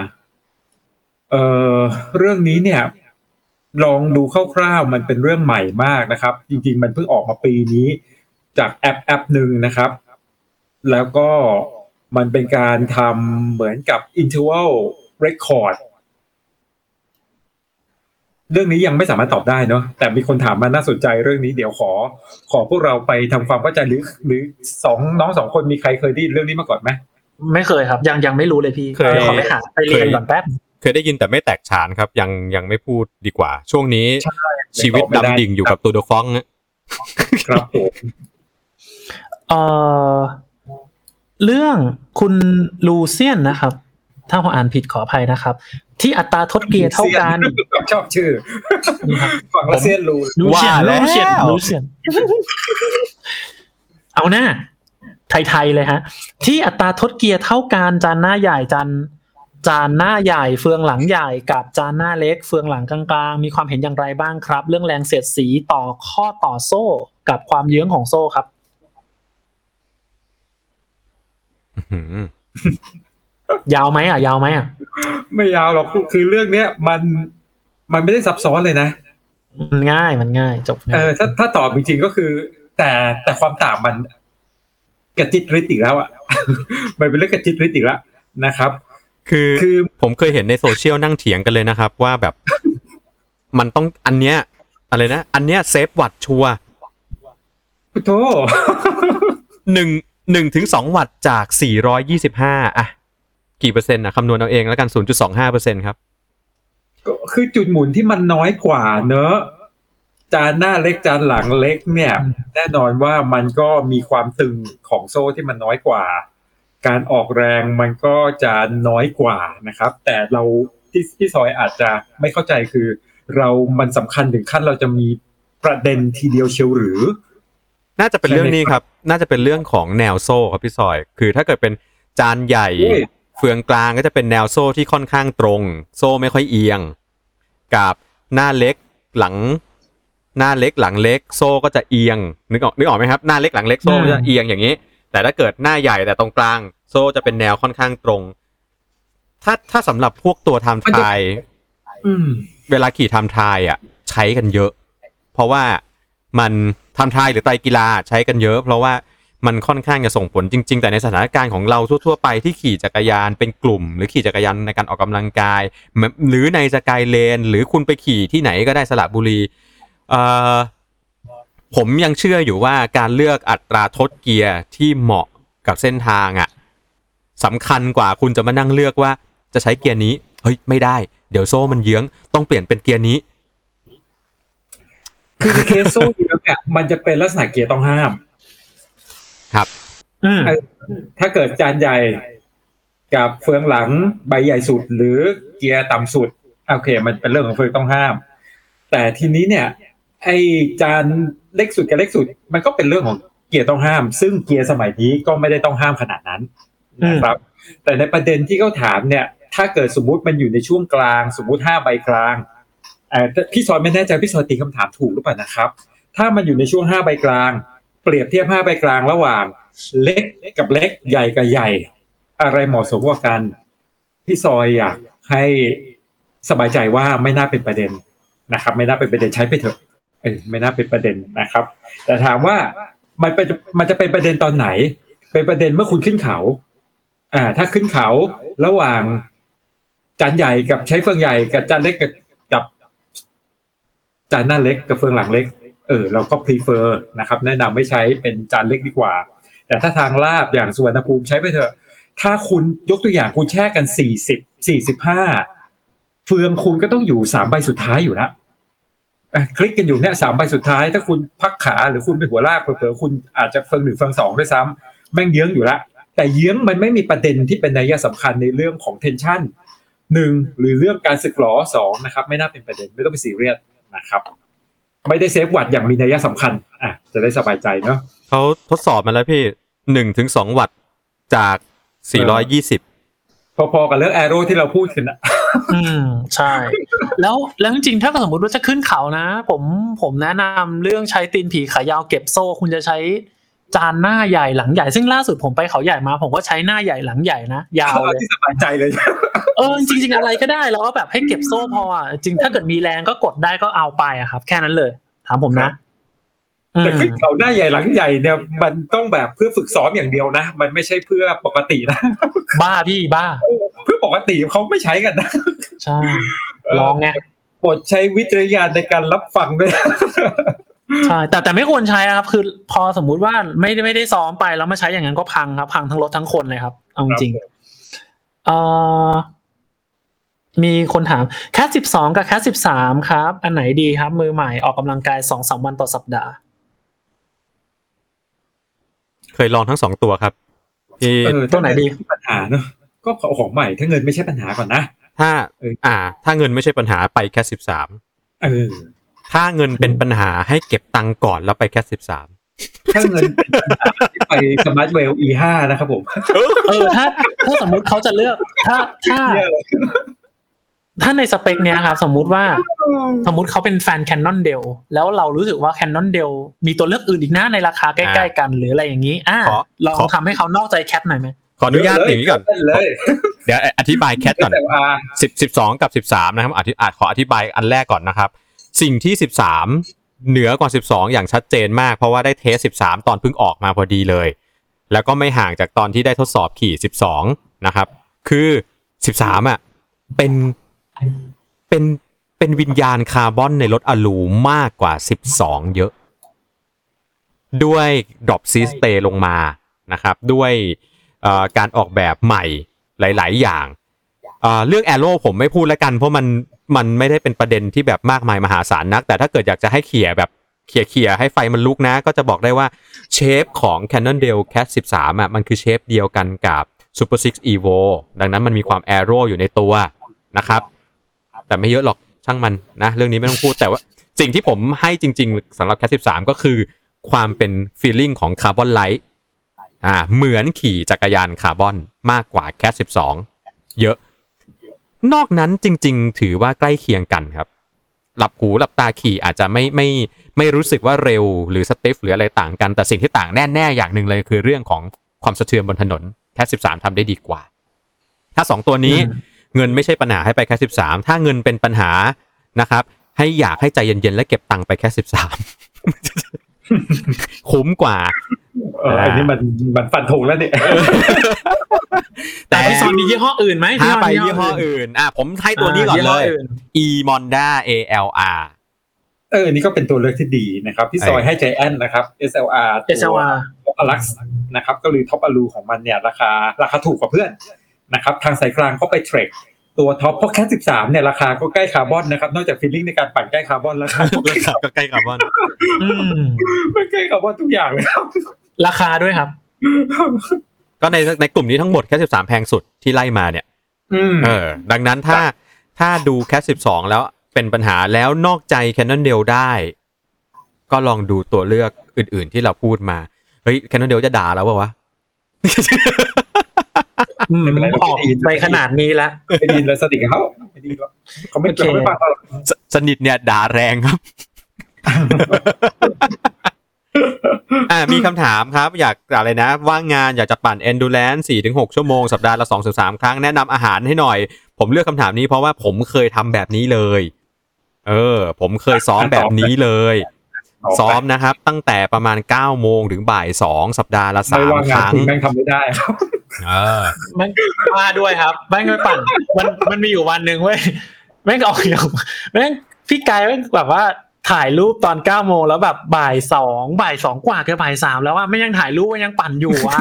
เรื่องนี้เนี่ยลองดูคร่าวๆมันเป็นเรื่องใหม่มากนะครับจริงๆมันเพิ่งออกมาปีนี้จากแอปหนึ่งนะครับแล้วก็มันเป็นการทำเหมือนกับ interval record เรื่องนี้ยังไม่สามารถตอบได้เนาะแต่มีคนถามมาน่าสนใจเรื่องนี้เดี๋ยวขอพวกเราไปทำความเข้าใจหรือน้องสองคนมีใครเคยได้ยินเรื่องนี้มาก่อนไหมไม่เคยครับยังไม่รู้เลยพี่เดี๋ยวขอไปหาไปเรียนก่อนแป๊บเคยได้ยินแต่ไม่แตกฉานครับยังไม่พูดดีกว่าช่วงนี้ชีวิตดำดิ่งอยู่กับตัวเดอะฟองครับผมเรื่องคุณลูเซียนนะครับถ้าผมอ่านผิดขออภัยนะครับที่อัตราทดเกียร์เท่ากันชอบชื่อฟังแล้วเซียนลูเซียนเอาหน้าไทยเลยฮะที่อัตราทดเกียร์เท่ากันจานหน้าใหญ่จานหน้าใหญ่เฟืองหลังใหญ่กับจานหน้าเล็กเฟืองหลังกลางๆมีความเห็นอย่างไรบ้างครับเรื่องแรงเสียดสีต่อข้อต่อโซ่กับความเยื้องของโซ่ครับยาวไหมไม่ยาวหรอกคือเรื่องเนี้ยมันไม่ได้ซับซ้อนเลยนะมันง่ายจบถ้าตอบจริงๆก็คือแต่ความต่างมันกระจิตริดอีกแล้วอ่ะมันเป็นเรื่องกระจิตริดอีกแล้วนะครับคือผมเคยเห็นในโซเชียลนั่งเถียงกันเลยนะครับว่าแบบมันต้องอันเนี้ยอะไรนะอันเนี้ยเซฟวัตต์ชัวร์โธ่ 1 ถึง 2 วัตต์จาก425อ่ะกี่เปอร์เซ็นต์คำนวณเอาเองแล้วกัน 0.25% ครับก็คือจุดหมุนที่มันน้อยกว่าเนอะจานหน้าเล็กจานหลังเล็กเนี่ยแน่นอนว่ามันก็มีความตึงของโซ่ที่มันน้อยกว่าการออกแรงมันก็จะน้อยกว่านะครับแต่เราที่ซอยอาจจะไม่เข้าใจคือมันสำคัญถึงขั้นเราจะมีประเด็นทีเดียวเชียวหรือน่าจะเป็นเรื่องนี้ครับน่าจะเป็นเรื่องของแนวโซ่ครับพี่ซอยคือถ้าเกิดเป็นจานใหญ่เฟืองกลางก็จะเป็นแนวโซ่ที่ค่อนข้างตรงโซ่ไม่ค่อยเอียงกับหน้าเล็กหลังเล็กโซ่ก็จะเอียงนึกออกไหมครับหน้าเล็กหลังเล็กโซ่จะเอียงอย่างนี้แต่ถ้าเกิดหน้าใหญ่แต่ตรงกลางโซ่จะเป็นแนวค่อนข้างตรงถ้าสำหรับพวกตัวไทม์ไทม์เวลาขี่ไทม์ไทม์อ่ะใช้กันเยอะเพราะว่ามันไทม์ไทม์หรือไตรกีฬาใช้กันเยอะเพราะว่ามันค่อนข้างจะส่งผลจริงๆแต่ในสถานการณ์ของเราทั่วๆไปที่ขี่จักรยานเป็นกลุ่มหรือขี่จักรยานในการออกกำลังกายหรือในสกายเลนหรือคุณไปขี่ที่ไหนก็ได้สระบุรีผมยังเชื่ออยู่ว่าการเลือกอัตราทดเกียร์ที่เหมาะกับเส้นทางอ่ะสำคัญกว่าคุณจะมานั่งเลือกว่าจะใช้เกียร์นี้เฮ้ยไม่ได้เดี๋ยวโซ่มันเยื้องต้องเปลี่ยนเป็นเกียร์นี้คือเคสโซ่เนี่ยมันจะเป็นลักษณะเกียร์ต้องห้ามครับถ้าเกิดจานใหญ่กับเฟืองหลังใบใหญ่สุดหรือเกียร์ต่ำสุดโอเคมันเป็นเรื่องของเฟืองต้องห้ามแต่ทีนี้เนี่ยไอ้จานเล็กสุดกับเล็กสุดมันก็เป็นเรื่องของเกียร์ต้องห้ามซึ่งเกียร์สมัยนี้ก็ไม่ได้ต้องห้ามขนาดนั้นนะครับแต่ในประเด็นที่เขาถามเนี่ยถ้าเกิดสมมุติมันอยู่ในช่วงกลางสมมุติ5ใบกลางพี่ซอยไม่แน่ใจพี่ซอยตีคำถามถูกหรือเปล่านะครับถ้ามันอยู่ในช่วง5ใบกลางเปรียบเทียบ5ใบกลางระหว่างเล็กกับเล็กใหญ่กับใหญ่อะไรเหมาะสมกว่ากันพี่ซอยอยากให้สบายใจว่าไม่น่าเป็นประเด็นนะครับไม่น่าเป็นประเด็นใช้ไปเถอะไม่น่าเป็นประเด็นนะครับแต่ถามว่ามันจะเป็นประเด็นตอนไหนเป็นประเด็นเมื่อคุณขึ้นเขาถ้าขึ้นเขาระหว่างจานใหญ่กับใช้เฟืองใหญ่กับจานเล็กกับจานหน้าเล็กกับเฟืองหลังเล็กเราก็ prefer นะครับแนะนำไม่ใช้เป็นจานเล็กดีกว่าแต่ถ้าทางลาบอย่างสุวรรณภูมิใช้ไปเถอะถ้าคุณยกตัวอย่างคุณแช่กัน40-45เฟืองคุณก็ต้องอยู่3ใบสุดท้ายอยู่แล้วคลิกกันอยู่เนี่ย3ใบสุดท้ายถ้าคุณพักขาหรือคุณเป็นหัวลากเผลอๆคุณอาจจะเฟือง1เฟือง2ด้วยซ้ำแม่งเยื้องอยู่แล้วแต่เยื้องมันไม่มีประเด็นที่เป็นนัยสำคัญในเรื่องของ tension 1หรือเรื่องการสึกหรอ2นะครับไม่น่าเป็นประเด็นไม่ต้องไปซีเรียสนะครับไม่ได้เซฟวัตต์อย่างมีนัยสำคัญจะได้สบายใจเนาะเขาทดสอบมาแล้วพี่ 1-2 วัตต์จาก420 พอๆกับเรื่องแอโร่ที่เราพูดกันใช่แล้วจริงๆถ้าสมมติว่าจะขึ้นเขานะผมแนะนำเรื่องใช้ตีนผีขายาวเก็บโซ่คุณจะใช้จานหน้าใหญ่หลังใหญ่ซึ่งล่าสุดผมไปเขาใหญ่มาผมก็ใช้หน้าใหญ่หลังใหญ่นะยาวเลยที่สบายใจเลยจริงๆอะไรก็ได้แล้วก็แบบให้เก็บโซ่พอจริงถ้าเกิดมีแรงก็กดได้ก็เอาไปครับแค่นั้นเลยถามผมนะแต่ขึ้นเขาหน้าใหญ่หลังใหญ่เนี่ยมันต้องแบบเพื่อฝึกซ้อมอย่างเดียวนะมันไม่ใช่เพื่อปกตินะบ้าพี่บ้าเพื่อปกติเขาไม่ใช้กันนะใช่ลองไงโปรดใช้วิจารณญาณในการรับฟังด้วยใช่แต่ไม่ควรใช้นะครับคือพอสมมุติว่าไม่ได้ซ้อมไปแล้วมาใช้อย่างนั้นก็พังครับพังทั้งรถทั้งคนเลยครับเอาจริงมีคนถามแคท12กับแคท13ครับอันไหนดีครับมือใหม่ออกกำลังกาย 2-3 วันต่อสัปดาห์เคยลองทั้ง2ตัวครับตัวไหนดีปัญหาเนอะก็ของใหม่ถ้าเงินไม่ใช่ปัญหาก่อนนะถ้าเงินไม่ใช่ปัญหาไปแคท13ถ้าเงินเป็นปัญหาให้เก็บตังค์ก่อนแล้วไปแคท13 ถ้าเงินเป็นปัญหาไปสมาร์ทเวล E5 นะครับผมถ้าสมมุติเขาจะเลือกถ้าในสเปคเนี้ยครับสมมุติเขาเป็นแฟน Canon Dell แล้วเรารู้สึกว่า Canon Dell มีตัวเลือกอื่นอีกนะในราคาใกล้ๆกันหรืออะไรอย่างนี้ลองทำให้เขานอกใจแคทหน่อยไหมขออนุญาตอย่างนี้ก่อนเดี๋ยวอธิบายแคทก่อน12กับ13นะครับขออธิบายอันแรกก่อนนะครับสิ่งที่13เหนือกว่า12อย่างชัดเจนมากเพราะว่าได้เทส13ตอนเพิ่งออกมาพอดีเลยแล้วก็ไม่ห่างจากตอนที่ได้ทดสอบขี่12นะครับคือ13เป็นวิญญาณคาร์บอนในรถอลูมากกว่า12เยอะด้วยดรอปซีสเตย์ลงมานะครับด้วยการออกแบบใหม่หลายๆอย่างเรื่องแอโร่ผมไม่พูดแล้วกันเพราะมันไม่ได้เป็นประเด็นที่แบบมากมายมหาศาลนักแต่ถ้าเกิดอยากจะให้เขี่ยให้ไฟมันลุกนะก็จะบอกได้ว่าเชฟของ Cannondale Cat 13มันคือเชฟเดียวกันกับ Super 6 Evo ดังนั้นมันมีความแอโร่อยู่ในตัวนะครับแต่ไม่เยอะหรอกช่างมันนะเรื่องนี้ไม่ต้องพูดแต่ว่าสิ่งที่ผมให้จริงๆสำหรับ Cat 13ก็คือความเป็น feeling ของคาร์บอนไลท์เหมือนขี่จักรยานคาร์บอนมากกว่า Cat 12เยอะนอกนั้นจริงๆถือว่าใกล้เคียงกันครับหลับหูหลับตาขี่อาจจะไม่รู้สึกว่าเร็วหรือสติฟหรืออะไรต่างกันแต่สิ่งที่ต่างแน่ๆอย่างหนึ่งเลยคือเรื่องของความสะเทือนบนถนนCat 13ทำได้ดีกว่าถ้า2ตัวนี้เงินไม่ใช่ปัญหาให้ไปแค่13ถ้าเงินเป็นปัญหานะครับให้อยากให้ใจเย็นๆและเก็บตังค์ไปแค่13คุ้มกว่าอันนี้มันฟันธงแล้วเนี่ยแต่พี่ซอนมียี่ห้ออื่นไหมถ้าไปยี่ห้ออื่นผมให้ตัวนี้ก่อนเลย E-Monda ALR อันนี้ก็เป็นตัวเลือกที่ดีนะครับพี่ซอยให้ใจแอนนะครับ SLR ตัว Alux นะครับก็เลยท็อปอลูของมันเนี่ยราคาถูกกว่าเพื่อนนะครับทางสายกลางเขาไปเทรดตัวท็อปเพราะแค่13เนี่ยราคาก็ใกล้คาร์บอนนะครับนอกจากฟีลลิ่งในการปั่นใกล้คาร์บอนแล้วครับก็ใกล้คาร์บอนมันใกล้คาร์บอนทุกอย่างเลยครับราคาด้วยครับก็ในกลุ่มนี้ทั้งหมดแค่13แพงสุดที่ไล่มาเนี่ยดังนั้นถ้าดูแค่12แล้วเป็นปัญหาแล้วนอกใจ Cannondale ได้ก็ลองดูตัวเลือกอื่นๆที่เราพูดมาเฮ้ย Cannondale จะด่าแล้วป่าววะออกไปขนาดนี้แล้วไม่ดีแล้วสนิทกับเขาไม่ฟังเราสนิทเนี่ยด่าแรงครับมีคำถามครับอยากอะไรนะว่างงานอยากจะปั่น Endurance 4-6 ชั่วโมงสัปดาห์ละ 2-3 ครั้งแนะนำอาหารให้หน่อยผมเลือกคำถามนี้เพราะว่าผมเคยทำแบบนี้เลยผมเคยซ้อมแบบนี้เลยซ้อมนะครับตั้งแต่ประมาณ 9 โมงถึงบ่าย 2สัปดาห์ละไม่ว่า 3 คงานรั้งคุณแม่งทำไม่ได้ครับแม่งมาด้วยครับแม่งไม่ปั่นมันมีอยู่วันนึงเว้ยแม่งออกอย่างแม่งพี่กายแม่งแบบว่าถ่ายรูปตอน 9 โมงแล้วแบบบ่าย 2กว่าจะบ่าย 3แล้วว่าไม่ยังถ่ายรูปยังปั่นอยู่อ่ะ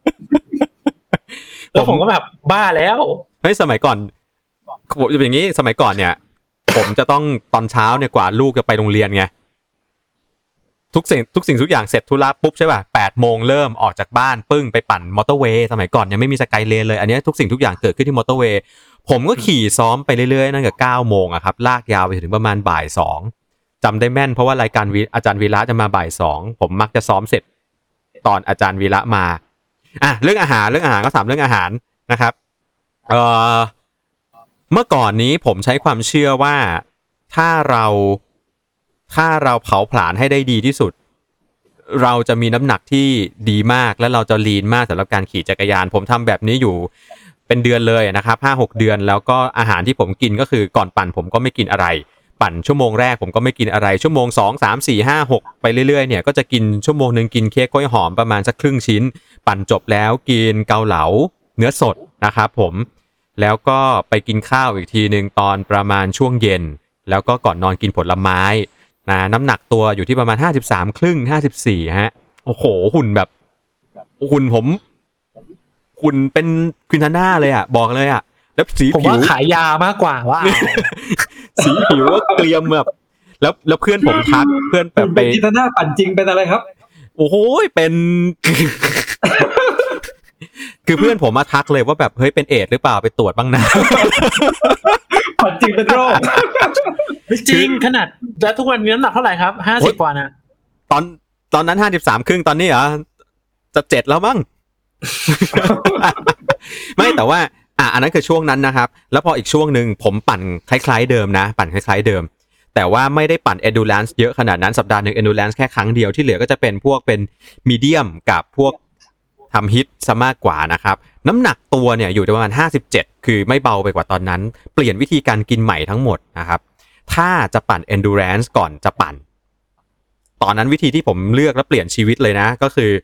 แล้วผมก็แบบบ้าแล้วเฮ้ยสมัยก่อนผมจะเป็นอย่างนี้สมัยก่อนเนี่ยผมจะต้องตอนเช้าเนี่ยกว่าลูกจะไปโรงเรียนไงทุกสิ่งทุกอย่างเสร็จธุระปุ๊บใช่ป่ะ8 โมงเริ่มออกจากบ้านปึ้งไปปั่นมอเตอร์เวย์สมัยก่อนยังไม่มีสกายเลนเลยอันนี้ทุกสิ่งทุกอย่างเกิดขึ้นที่มอเตอร์เวย์ผมก็ขี่ซ้อมไปเรื่อยๆตั้งแต่ 9 โมงอะครับลากยาวไปถึงประมาณบ่าย 2จำได้แม่นเพราะว่ารายการอาจารย์วีระจะมาบ่าย 2ผมมักจะซ้อมเสร็จตอนอาจารย์วีระมาเรื่องอาหารก็ถามเรื่องอาหารนะครับเมื่อก่อนนี้ผมใช้ความเชื่อว่าถ้าเราเผาผลาญให้ได้ดีที่สุดเราจะมีน้ำหนักที่ดีมากและเราจะลีนมากสำหรับการขี่จักรยานผมทำแบบนี้อยู่เป็นเดือนเลยนะครับ 5-6 เดือนแล้วก็อาหารที่ผมกินก็คือก่อนปั่นผมก็ไม่กินอะไรปั่นชั่วโมงแรกผมก็ไม่กินอะไรชั่วโมง2 3 4 5 6ไปเรื่อยๆเนี่ยก็จะกินชั่วโมงนึงกินเค้กกล้วยหอมประมาณสักครึ่งชิ้นปั่นจบแล้วกินเกาเหลาเนื้อสดนะครับผมแล้วก็ไปกินข้าวอีกทีนึงตอนประมาณช่วงเย็นแล้วก็ก่อนนอนกินผลไม้น้ำหนักตัวอยู่ที่ประมาณ53ครึ่ง54ฮะโอ้โหหุ่นแบบหุ่นหุ่นเป็นควินทาน่าเลยอ่ะบอกเลยอ่ะแล้วสีผิวผมว่าขายยามากกว่าว่าสีผิวก็เกรียมแบบแล้วเพื่อนผมทักเพื่อนแบบเป็นควินทาน่าปั่นจริงเป็นอะไรครับโอ้โหเป็น คือเพื่อนผมมาทักเลยว่าแบบเฮ้ยเป็นเอดส์หรือเปล่าไปตรวจบ้างนะปั่นจริงเป็นโรคไม่จริงขนาดแล้วทุกวันนี้น้ำหนักเท่าไหร่ครับ50กว่านะตอนนั้น53ครึ่งตอนนี้เหรอจะ7แล้วมั้ง ไม่แต่ว่าอันนั้นคือช่วงนั้นนะครับแล้วพออีกช่วงนึงผมปั่นคล้ายๆเดิมนะปั่นคล้ายๆเดิมแต่ว่าไม่ได้ปั่น endurance เยอะขนาดนั้นสัปดาห์นึง endurance แค่ครั้งเดียวที่เหลือก็จะเป็นพวกเป็น medium กับพวกทำฮิตซะมากกว่านะครับน้ำหนักตัวเนี่ยอยู่ประมาณ57คือไม่เบาไปกว่าตอนนั้นเปลี่ยนวิธีการกินใหม่ทั้งหมดนะครับถ้าจะปั่น endurance ก่อนจะปั่นตอนนั้นวิธีที่ผมเลือกและเปลี่ยนชีวิตเลยนะก็คือ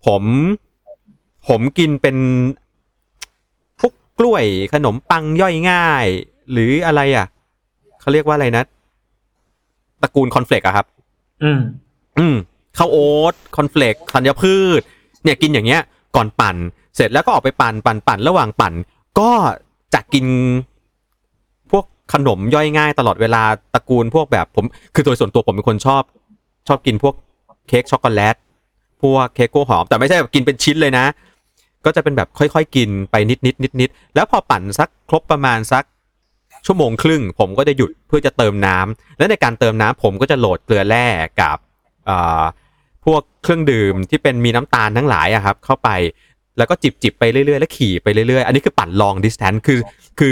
ผมกินเป็นพวกกล้วยขนมปังย่อยง่ายหรืออะไรอ่ะเขาเรียกว่าอะไรนะตระกูลคอนเฟลกอะครับข้าวโอ๊ตคอนเฟลกธัญพืชเนี่ยกินอย่างเงี้ยก่อนปั่นเสร็จแล้วก็ออกไปปั่นระหว่างปั่นก็จะกินพวกขนมย่อยง่ายตลอดเวลาตระกูลพวกแบบผมคือโดยส่วนตัวผมเป็นคนชอบกินพวกเค้กช็อกโกแลตพวกเค้กกล้วยหอมแต่ไม่ใช่แบบกินเป็นชิ้นเลยนะก็จะเป็นแบบค่อยๆกินไปนิดแล้วพอปั่นสักครบประมาณสักชั่วโมงครึ่งผมก็จะหยุดเพื่อจะเติมน้ำและในการเติมน้ำผมก็จะโหลดเกลือแร่กับพวกเครื่องดื่มที่เป็นมีน้ำตาลทั้งหลายอะครับเข้าไปแล้วก็จิบไปเรื่อยๆแล้วขี่ไปเรื่อยๆอันนี้คือปั่น long distance คือ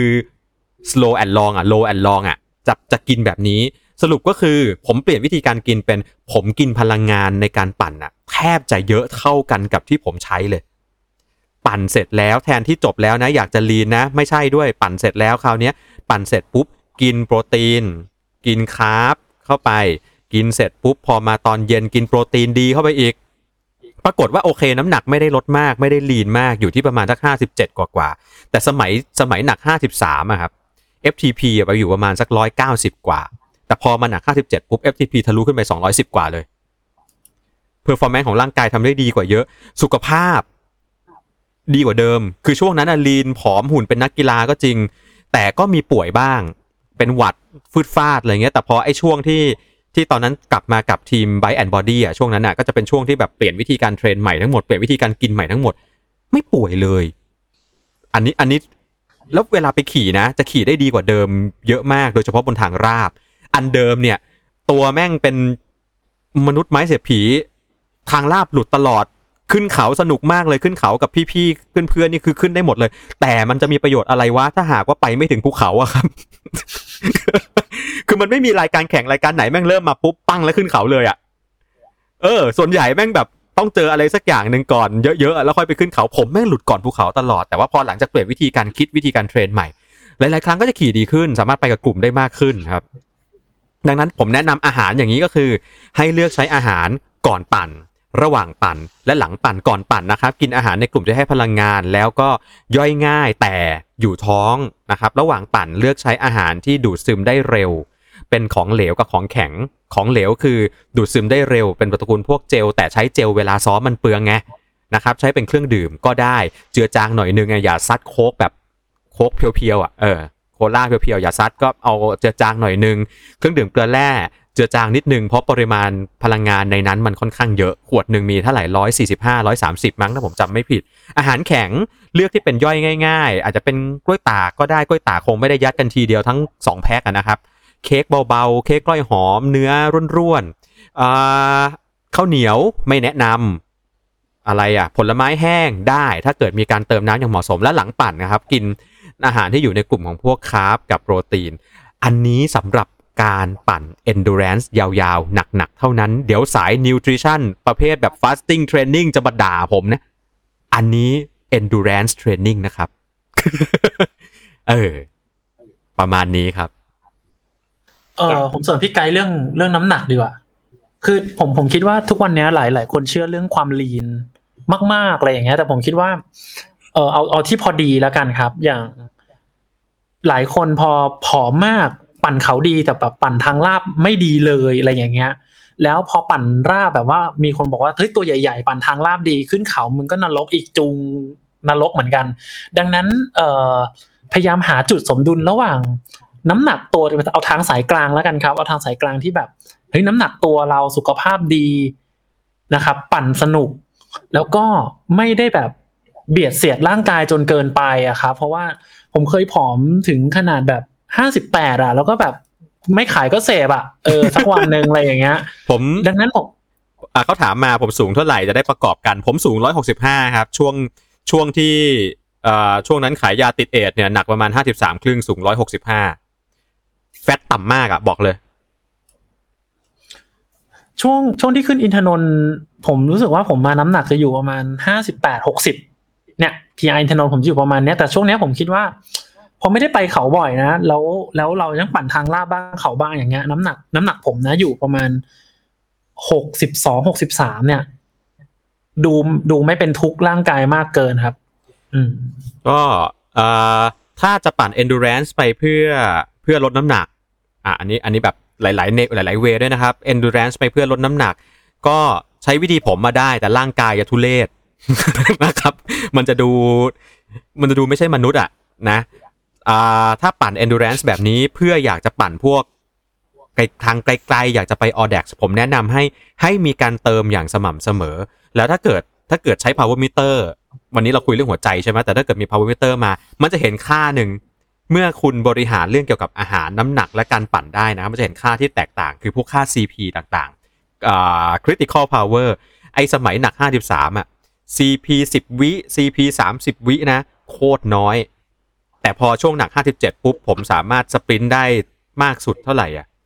slow and long อะ low and long อะจะกินแบบนี้สรุปก็คือผมเปลี่ยนวิธีการกินเป็นผมกินพลังงานในการปั่นอะแทบจะเยอะเท่ากันกับที่ผมใช้เลยปั่นเสร็จแล้วแทนที่จบแล้วนะอยากจะลีนนะไม่ใช่ด้วยปั่นเสร็จแล้วคราวนี้ปั่นเสร็จปุ๊บกินโปรตีนกินคาร์บเข้าไปกินเสร็จปุ๊บพอมาตอนเย็นกินโปรตีนดีเข้าไปอีกปรากฏว่าโอเคน้ำหนักไม่ได้ลดมากไม่ได้ลีนมากอยู่ที่ประมาณสัก57กว่าแต่สมัยหนัก53อะครับ FTP ไปอยู่ประมาณสัก190กว่าแต่พอมาหนัก57ปุ๊บ FTP ทะลุขึ้นไป210กว่าเลยperformance ของร่างกายทำได้ดีกว่าเยอะสุขภาพดีกว่าเดิมคือช่วงนั้นลีนผอมหุ่นเป็นนักกีฬาก็จริงแต่ก็มีป่วยบ้างเป็นหวัดฟืดฟาดอะไรเงี้ยแต่พอไอ้ช่วงที่ตอนนั้นกลับมากับทีม Bike and Body อ่ะช่วงนั้นอ่ะก็จะเป็นช่วงที่แบบเปลี่ยนวิธีการเทรนใหม่ทั้งหมดเปลี่ยนวิธีการกินใหม่ทั้งหมดไม่ป่วยเลยอันนี้แล้วเวลาไปขี่นะจะขี่ได้ดีกว่าเดิมเยอะมากโดยเฉพาะบนทางราบอันเดิมเนี่ยตัวแม่งเป็นมนุษย์ไม้เสียบผีทางราบหลุดตลอดขึ้นเขาสนุกมากเลยขึ้นเขากับพี่ๆเพื่อนๆนี่คือขึ้นได้หมดเลยแต่มันจะมีประโยชน์อะไรวะถ้าหากว่าไปไม่ถึงภูเขาอะครับ คือมันไม่มีรายการแข่งรายการไหนแม่งเริ่มมาปุ๊บปั้งแล้วขึ้นเขาเลยอะส่วนใหญ่แม่งแบบต้องเจออะไรสักอย่างนึงก่อนเยอะๆแล้วค่อยไปขึ้นเขาผมแม่งหลุดก่อนภูเขาตลอดแต่ว่าพอหลังจากเปลี่ยนวิธีการคิดวิธีการเทรนใหม่หลายๆครั้งก็จะขี่ดีขึ้นสามารถไปกับกลุ่มได้มากขึ้นครับดังนั้นผมแนะนำอาหารอย่างนี้ก็คือให้เลือกใช้อาหารก่อนปั่นระหว่างปั่นและหลังปั่นก่อนปั่นนะครับกินอาหารในกลุ่มที่ให้พลังงานแล้วก็ย่อยง่ายแต่อยู่ท้องนะครับระหว่างปั่นเลือกใช้อาหารที่ดูดซึมได้เร็วเป็นของเหลวกับของแข็งของเหลวคือดูดซึมได้เร็วเป็นตระกูลพวกเจลแต่ใช้เจลเวลาซ้อมมันเปลืองไงนะครับใช้เป็นเครื่องดื่มก็ได้เจือจางหน่อยนึงอย่าซัดโค้กแบบโค้กเพียวๆโคลาเพียวๆอย่าซัดก็เอาเจือจางหน่อยนึงเครื่องดื่มเกลือแร่เจือจางนิดนึงเพราะปริมาณพลังงานในนั้นมันค่อนข้างเยอะขวดหนึ่งมีเท่าไหร่145-130มั้งถ้าผมจำไม่ผิดอาหารแข็งเลือกที่เป็นย่อยง่ายๆอาจจะเป็นกล้วยตากก็ได้กล้วยตากคงไม่ได้ยัดกันทีเดียวทั้ง2แพ็คนะครับเค้กเบาๆเค้กกล้อยหอมเนื้อร่วนๆข้าวเหนียวไม่แนะนำอะไรผลไม้แห้งได้ถ้าเกิดมีการเติมน้ำอย่างเหมาะสมและหลังปั่นนะครับกินอาหารที่อยู่ในกลุ่มของพวกคาร์บกับโปรตีนอันนี้สำหรับการปั่น endurance ยาวๆหนักๆเท่านั้นเดี๋ยวสาย nutrition ประเภทแบบ fasting training จะมาด่าผมนะอันนี้ endurance training นะครับ ประมาณนี้ครับผมเสริมพี่ไกด์เรื่องน้ำหนักดีกว่าคือผมคิดว่าทุกวันนี้หลายคนเชื่อเรื่องความลีนมากๆอะไรอย่างเงี้ยแต่ผมคิดว่าเอาที่พอดีแล้วกันครับอย่างหลายคนพอผอมมากปั่นเขาดีแต่แบบปั่นทางลาบไม่ดีเลยอะไรอย่างเงี้ยแล้วพอปั่นราบแบบว่ามีคนบอกว่าเฮ้ยตัวใหญ่ๆปั่นทางลาบดีขึ้นเขามึงก็นรกอีกจูงนรกเหมือนกันดังนั้นพยายามหาจุดสมดุลระหว่างน้ำหนักตัวเอาทางสายกลางแล้วกันครับเอาทางสายกลางที่แบบเฮ้ยน้ำหนักตัวเราสุขภาพดีนะครับปั่นสนุกแล้วก็ไม่ได้แบบเบียดเสียดร่างกายจนเกินไปอะครับเพราะว่าผมเคยผอมถึงขนาดแบบ58แล้วก็แบบไม่ขายก็เสพสักวันนึงอะไรอย่างเงี้ยดังนั้นผมเขาถามมาผมสูงเท่าไหร่จะได้ประกอบกันผมสูง165ครับช่วงที่ช่วงนั้นขายยาติดเอดส์เนี่ยหนักประมาณ53ครึ่งสูง165แฟตต่ำมากบอกเลยช่วงที่ขึ้นอินทนนท์ผมรู้สึกว่าผมมาน้ำหนักจะอยู่ประมาณ58-60เนี่ยPI อินทนนท์ผมอยู่ประมาณเนี้ยแต่ช่วงเนี้ยผมคิดว่าพอไม่ได้ไปเขาบ่อยนะแล้วเรายังปั่นทางลาดบ้างเขาบ้างอย่างเงี้ยน้ำหนักผมนะอยู่ประมาณ62-63เนี่ยดูไม่เป็นทุกข์ร่างกายมากเกินครับก็ถ้าจะปั่น endurance ไปเพื่อลดน้ำหนักอันนี้แบบหลายเวด้วยนะครับ endurance ไปเพื่อลดน้ำหนักก็ใช้วิธีผมมาได้แต่ร่างกายอย่าทุเรศ นะครับมันจะดูไม่ใช่มนุษย์นะถ้าปั่น endurance แบบนี้เพื่ออยากจะปั่นพวกทางไกลๆอยากจะไป Audax ผมแนะนำให้มีการเติมอย่างสม่ำเสมอแล้วถ้าเกิดใช้ power meter วันนี้เราคุยเรื่องหัวใจใช่ไหมแต่ถ้าเกิดมี power meter มามันจะเห็นค่าหนึ่งเมื่อคุณบริหารเรื่องเกี่ยวกับอาหารน้ำหนักและการปั่นได้นะมันจะเห็นค่าที่แตกต่างคือพวกค่า CP ต่างๆcritical power ไอสมัยหนัก53CP 10 วิ CP 30 วินะโคตรน้อยแต่พอช่วงหนัก57ปุ๊บผมสามารถสปรินต์ได้มากสุดเท่าไหร่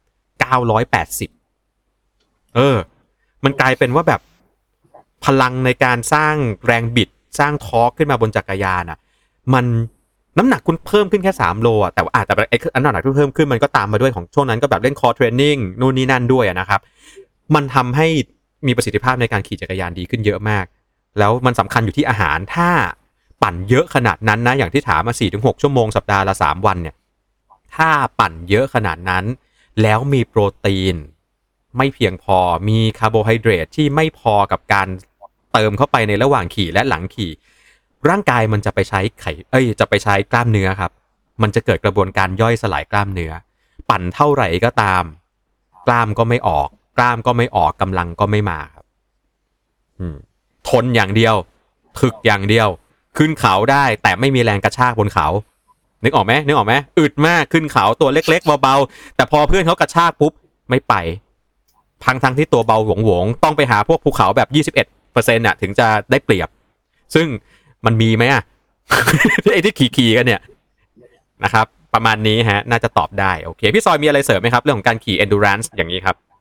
980มันกลายเป็นว่าแบบพลังในการสร้างแรงบิดสร้างทอร์กขึ้นมาบนจักรยานมันน้ำหนักคุณเพิ่มขึ้นแค่3โลแต่ว่าแต่ไอ้น้ำหนักที่เพิ่มขึ้นมันก็ตามมาด้วยของช่วงนั้นก็แบบเล่นคอร์เทรนนิ่งนู่นนี่นั่นด้วยนะครับมันทำให้มีประสิทธิภาพในการขี่จักรยานดีขึ้นเยอะมากแล้วมันสำคัญอยู่ที่อาหารถ้าปั่นเยอะขนาดนั้นนะอย่างที่ถามมา 4-6 ชั่วโมงสัปดาห์ละ3วันเนี่ยถ้าปั่นเยอะขนาดนั้นแล้วมีโปรตีนไม่เพียงพอมีคาร์โบไฮเดรตที่ไม่พอกับการเติมเข้าไปในระหว่างขี่และหลังขี่ร่างกายมันจะไปใช้จะไปใช้กล้ามเนื้อครับมันจะเกิดกระบวนการย่อยสลายกล้ามเนื้อปั่นเท่าไหร่ก็ตามกล้ามก็ไม่ออกกำลังก็ไม่มาครับทนอย่างเดียวถึกอย่างเดียวขึ้นเขาได้แต่ไม่มีแรงกระชากบนเขานึกออกไหมอึดมากขึ้นเขาตัวเล็กๆเบาๆแต่พอเพื่อนเขากระชากปุ๊บไม่ไปทั้งที่ตัวเบาหวงต้องไปหาพวกภูเขาแบบ 21% ถึงจะได้เปรียบซึ่งมันมีไหมไอ้ที่ขี่กันเนี่ยนะครับประมาณนี้น่าจะตอบได้โอเคพี่ซอยมีอะไรเสริมไหมครับเรื่องของการขี่ endurance อย่างนี้ครับ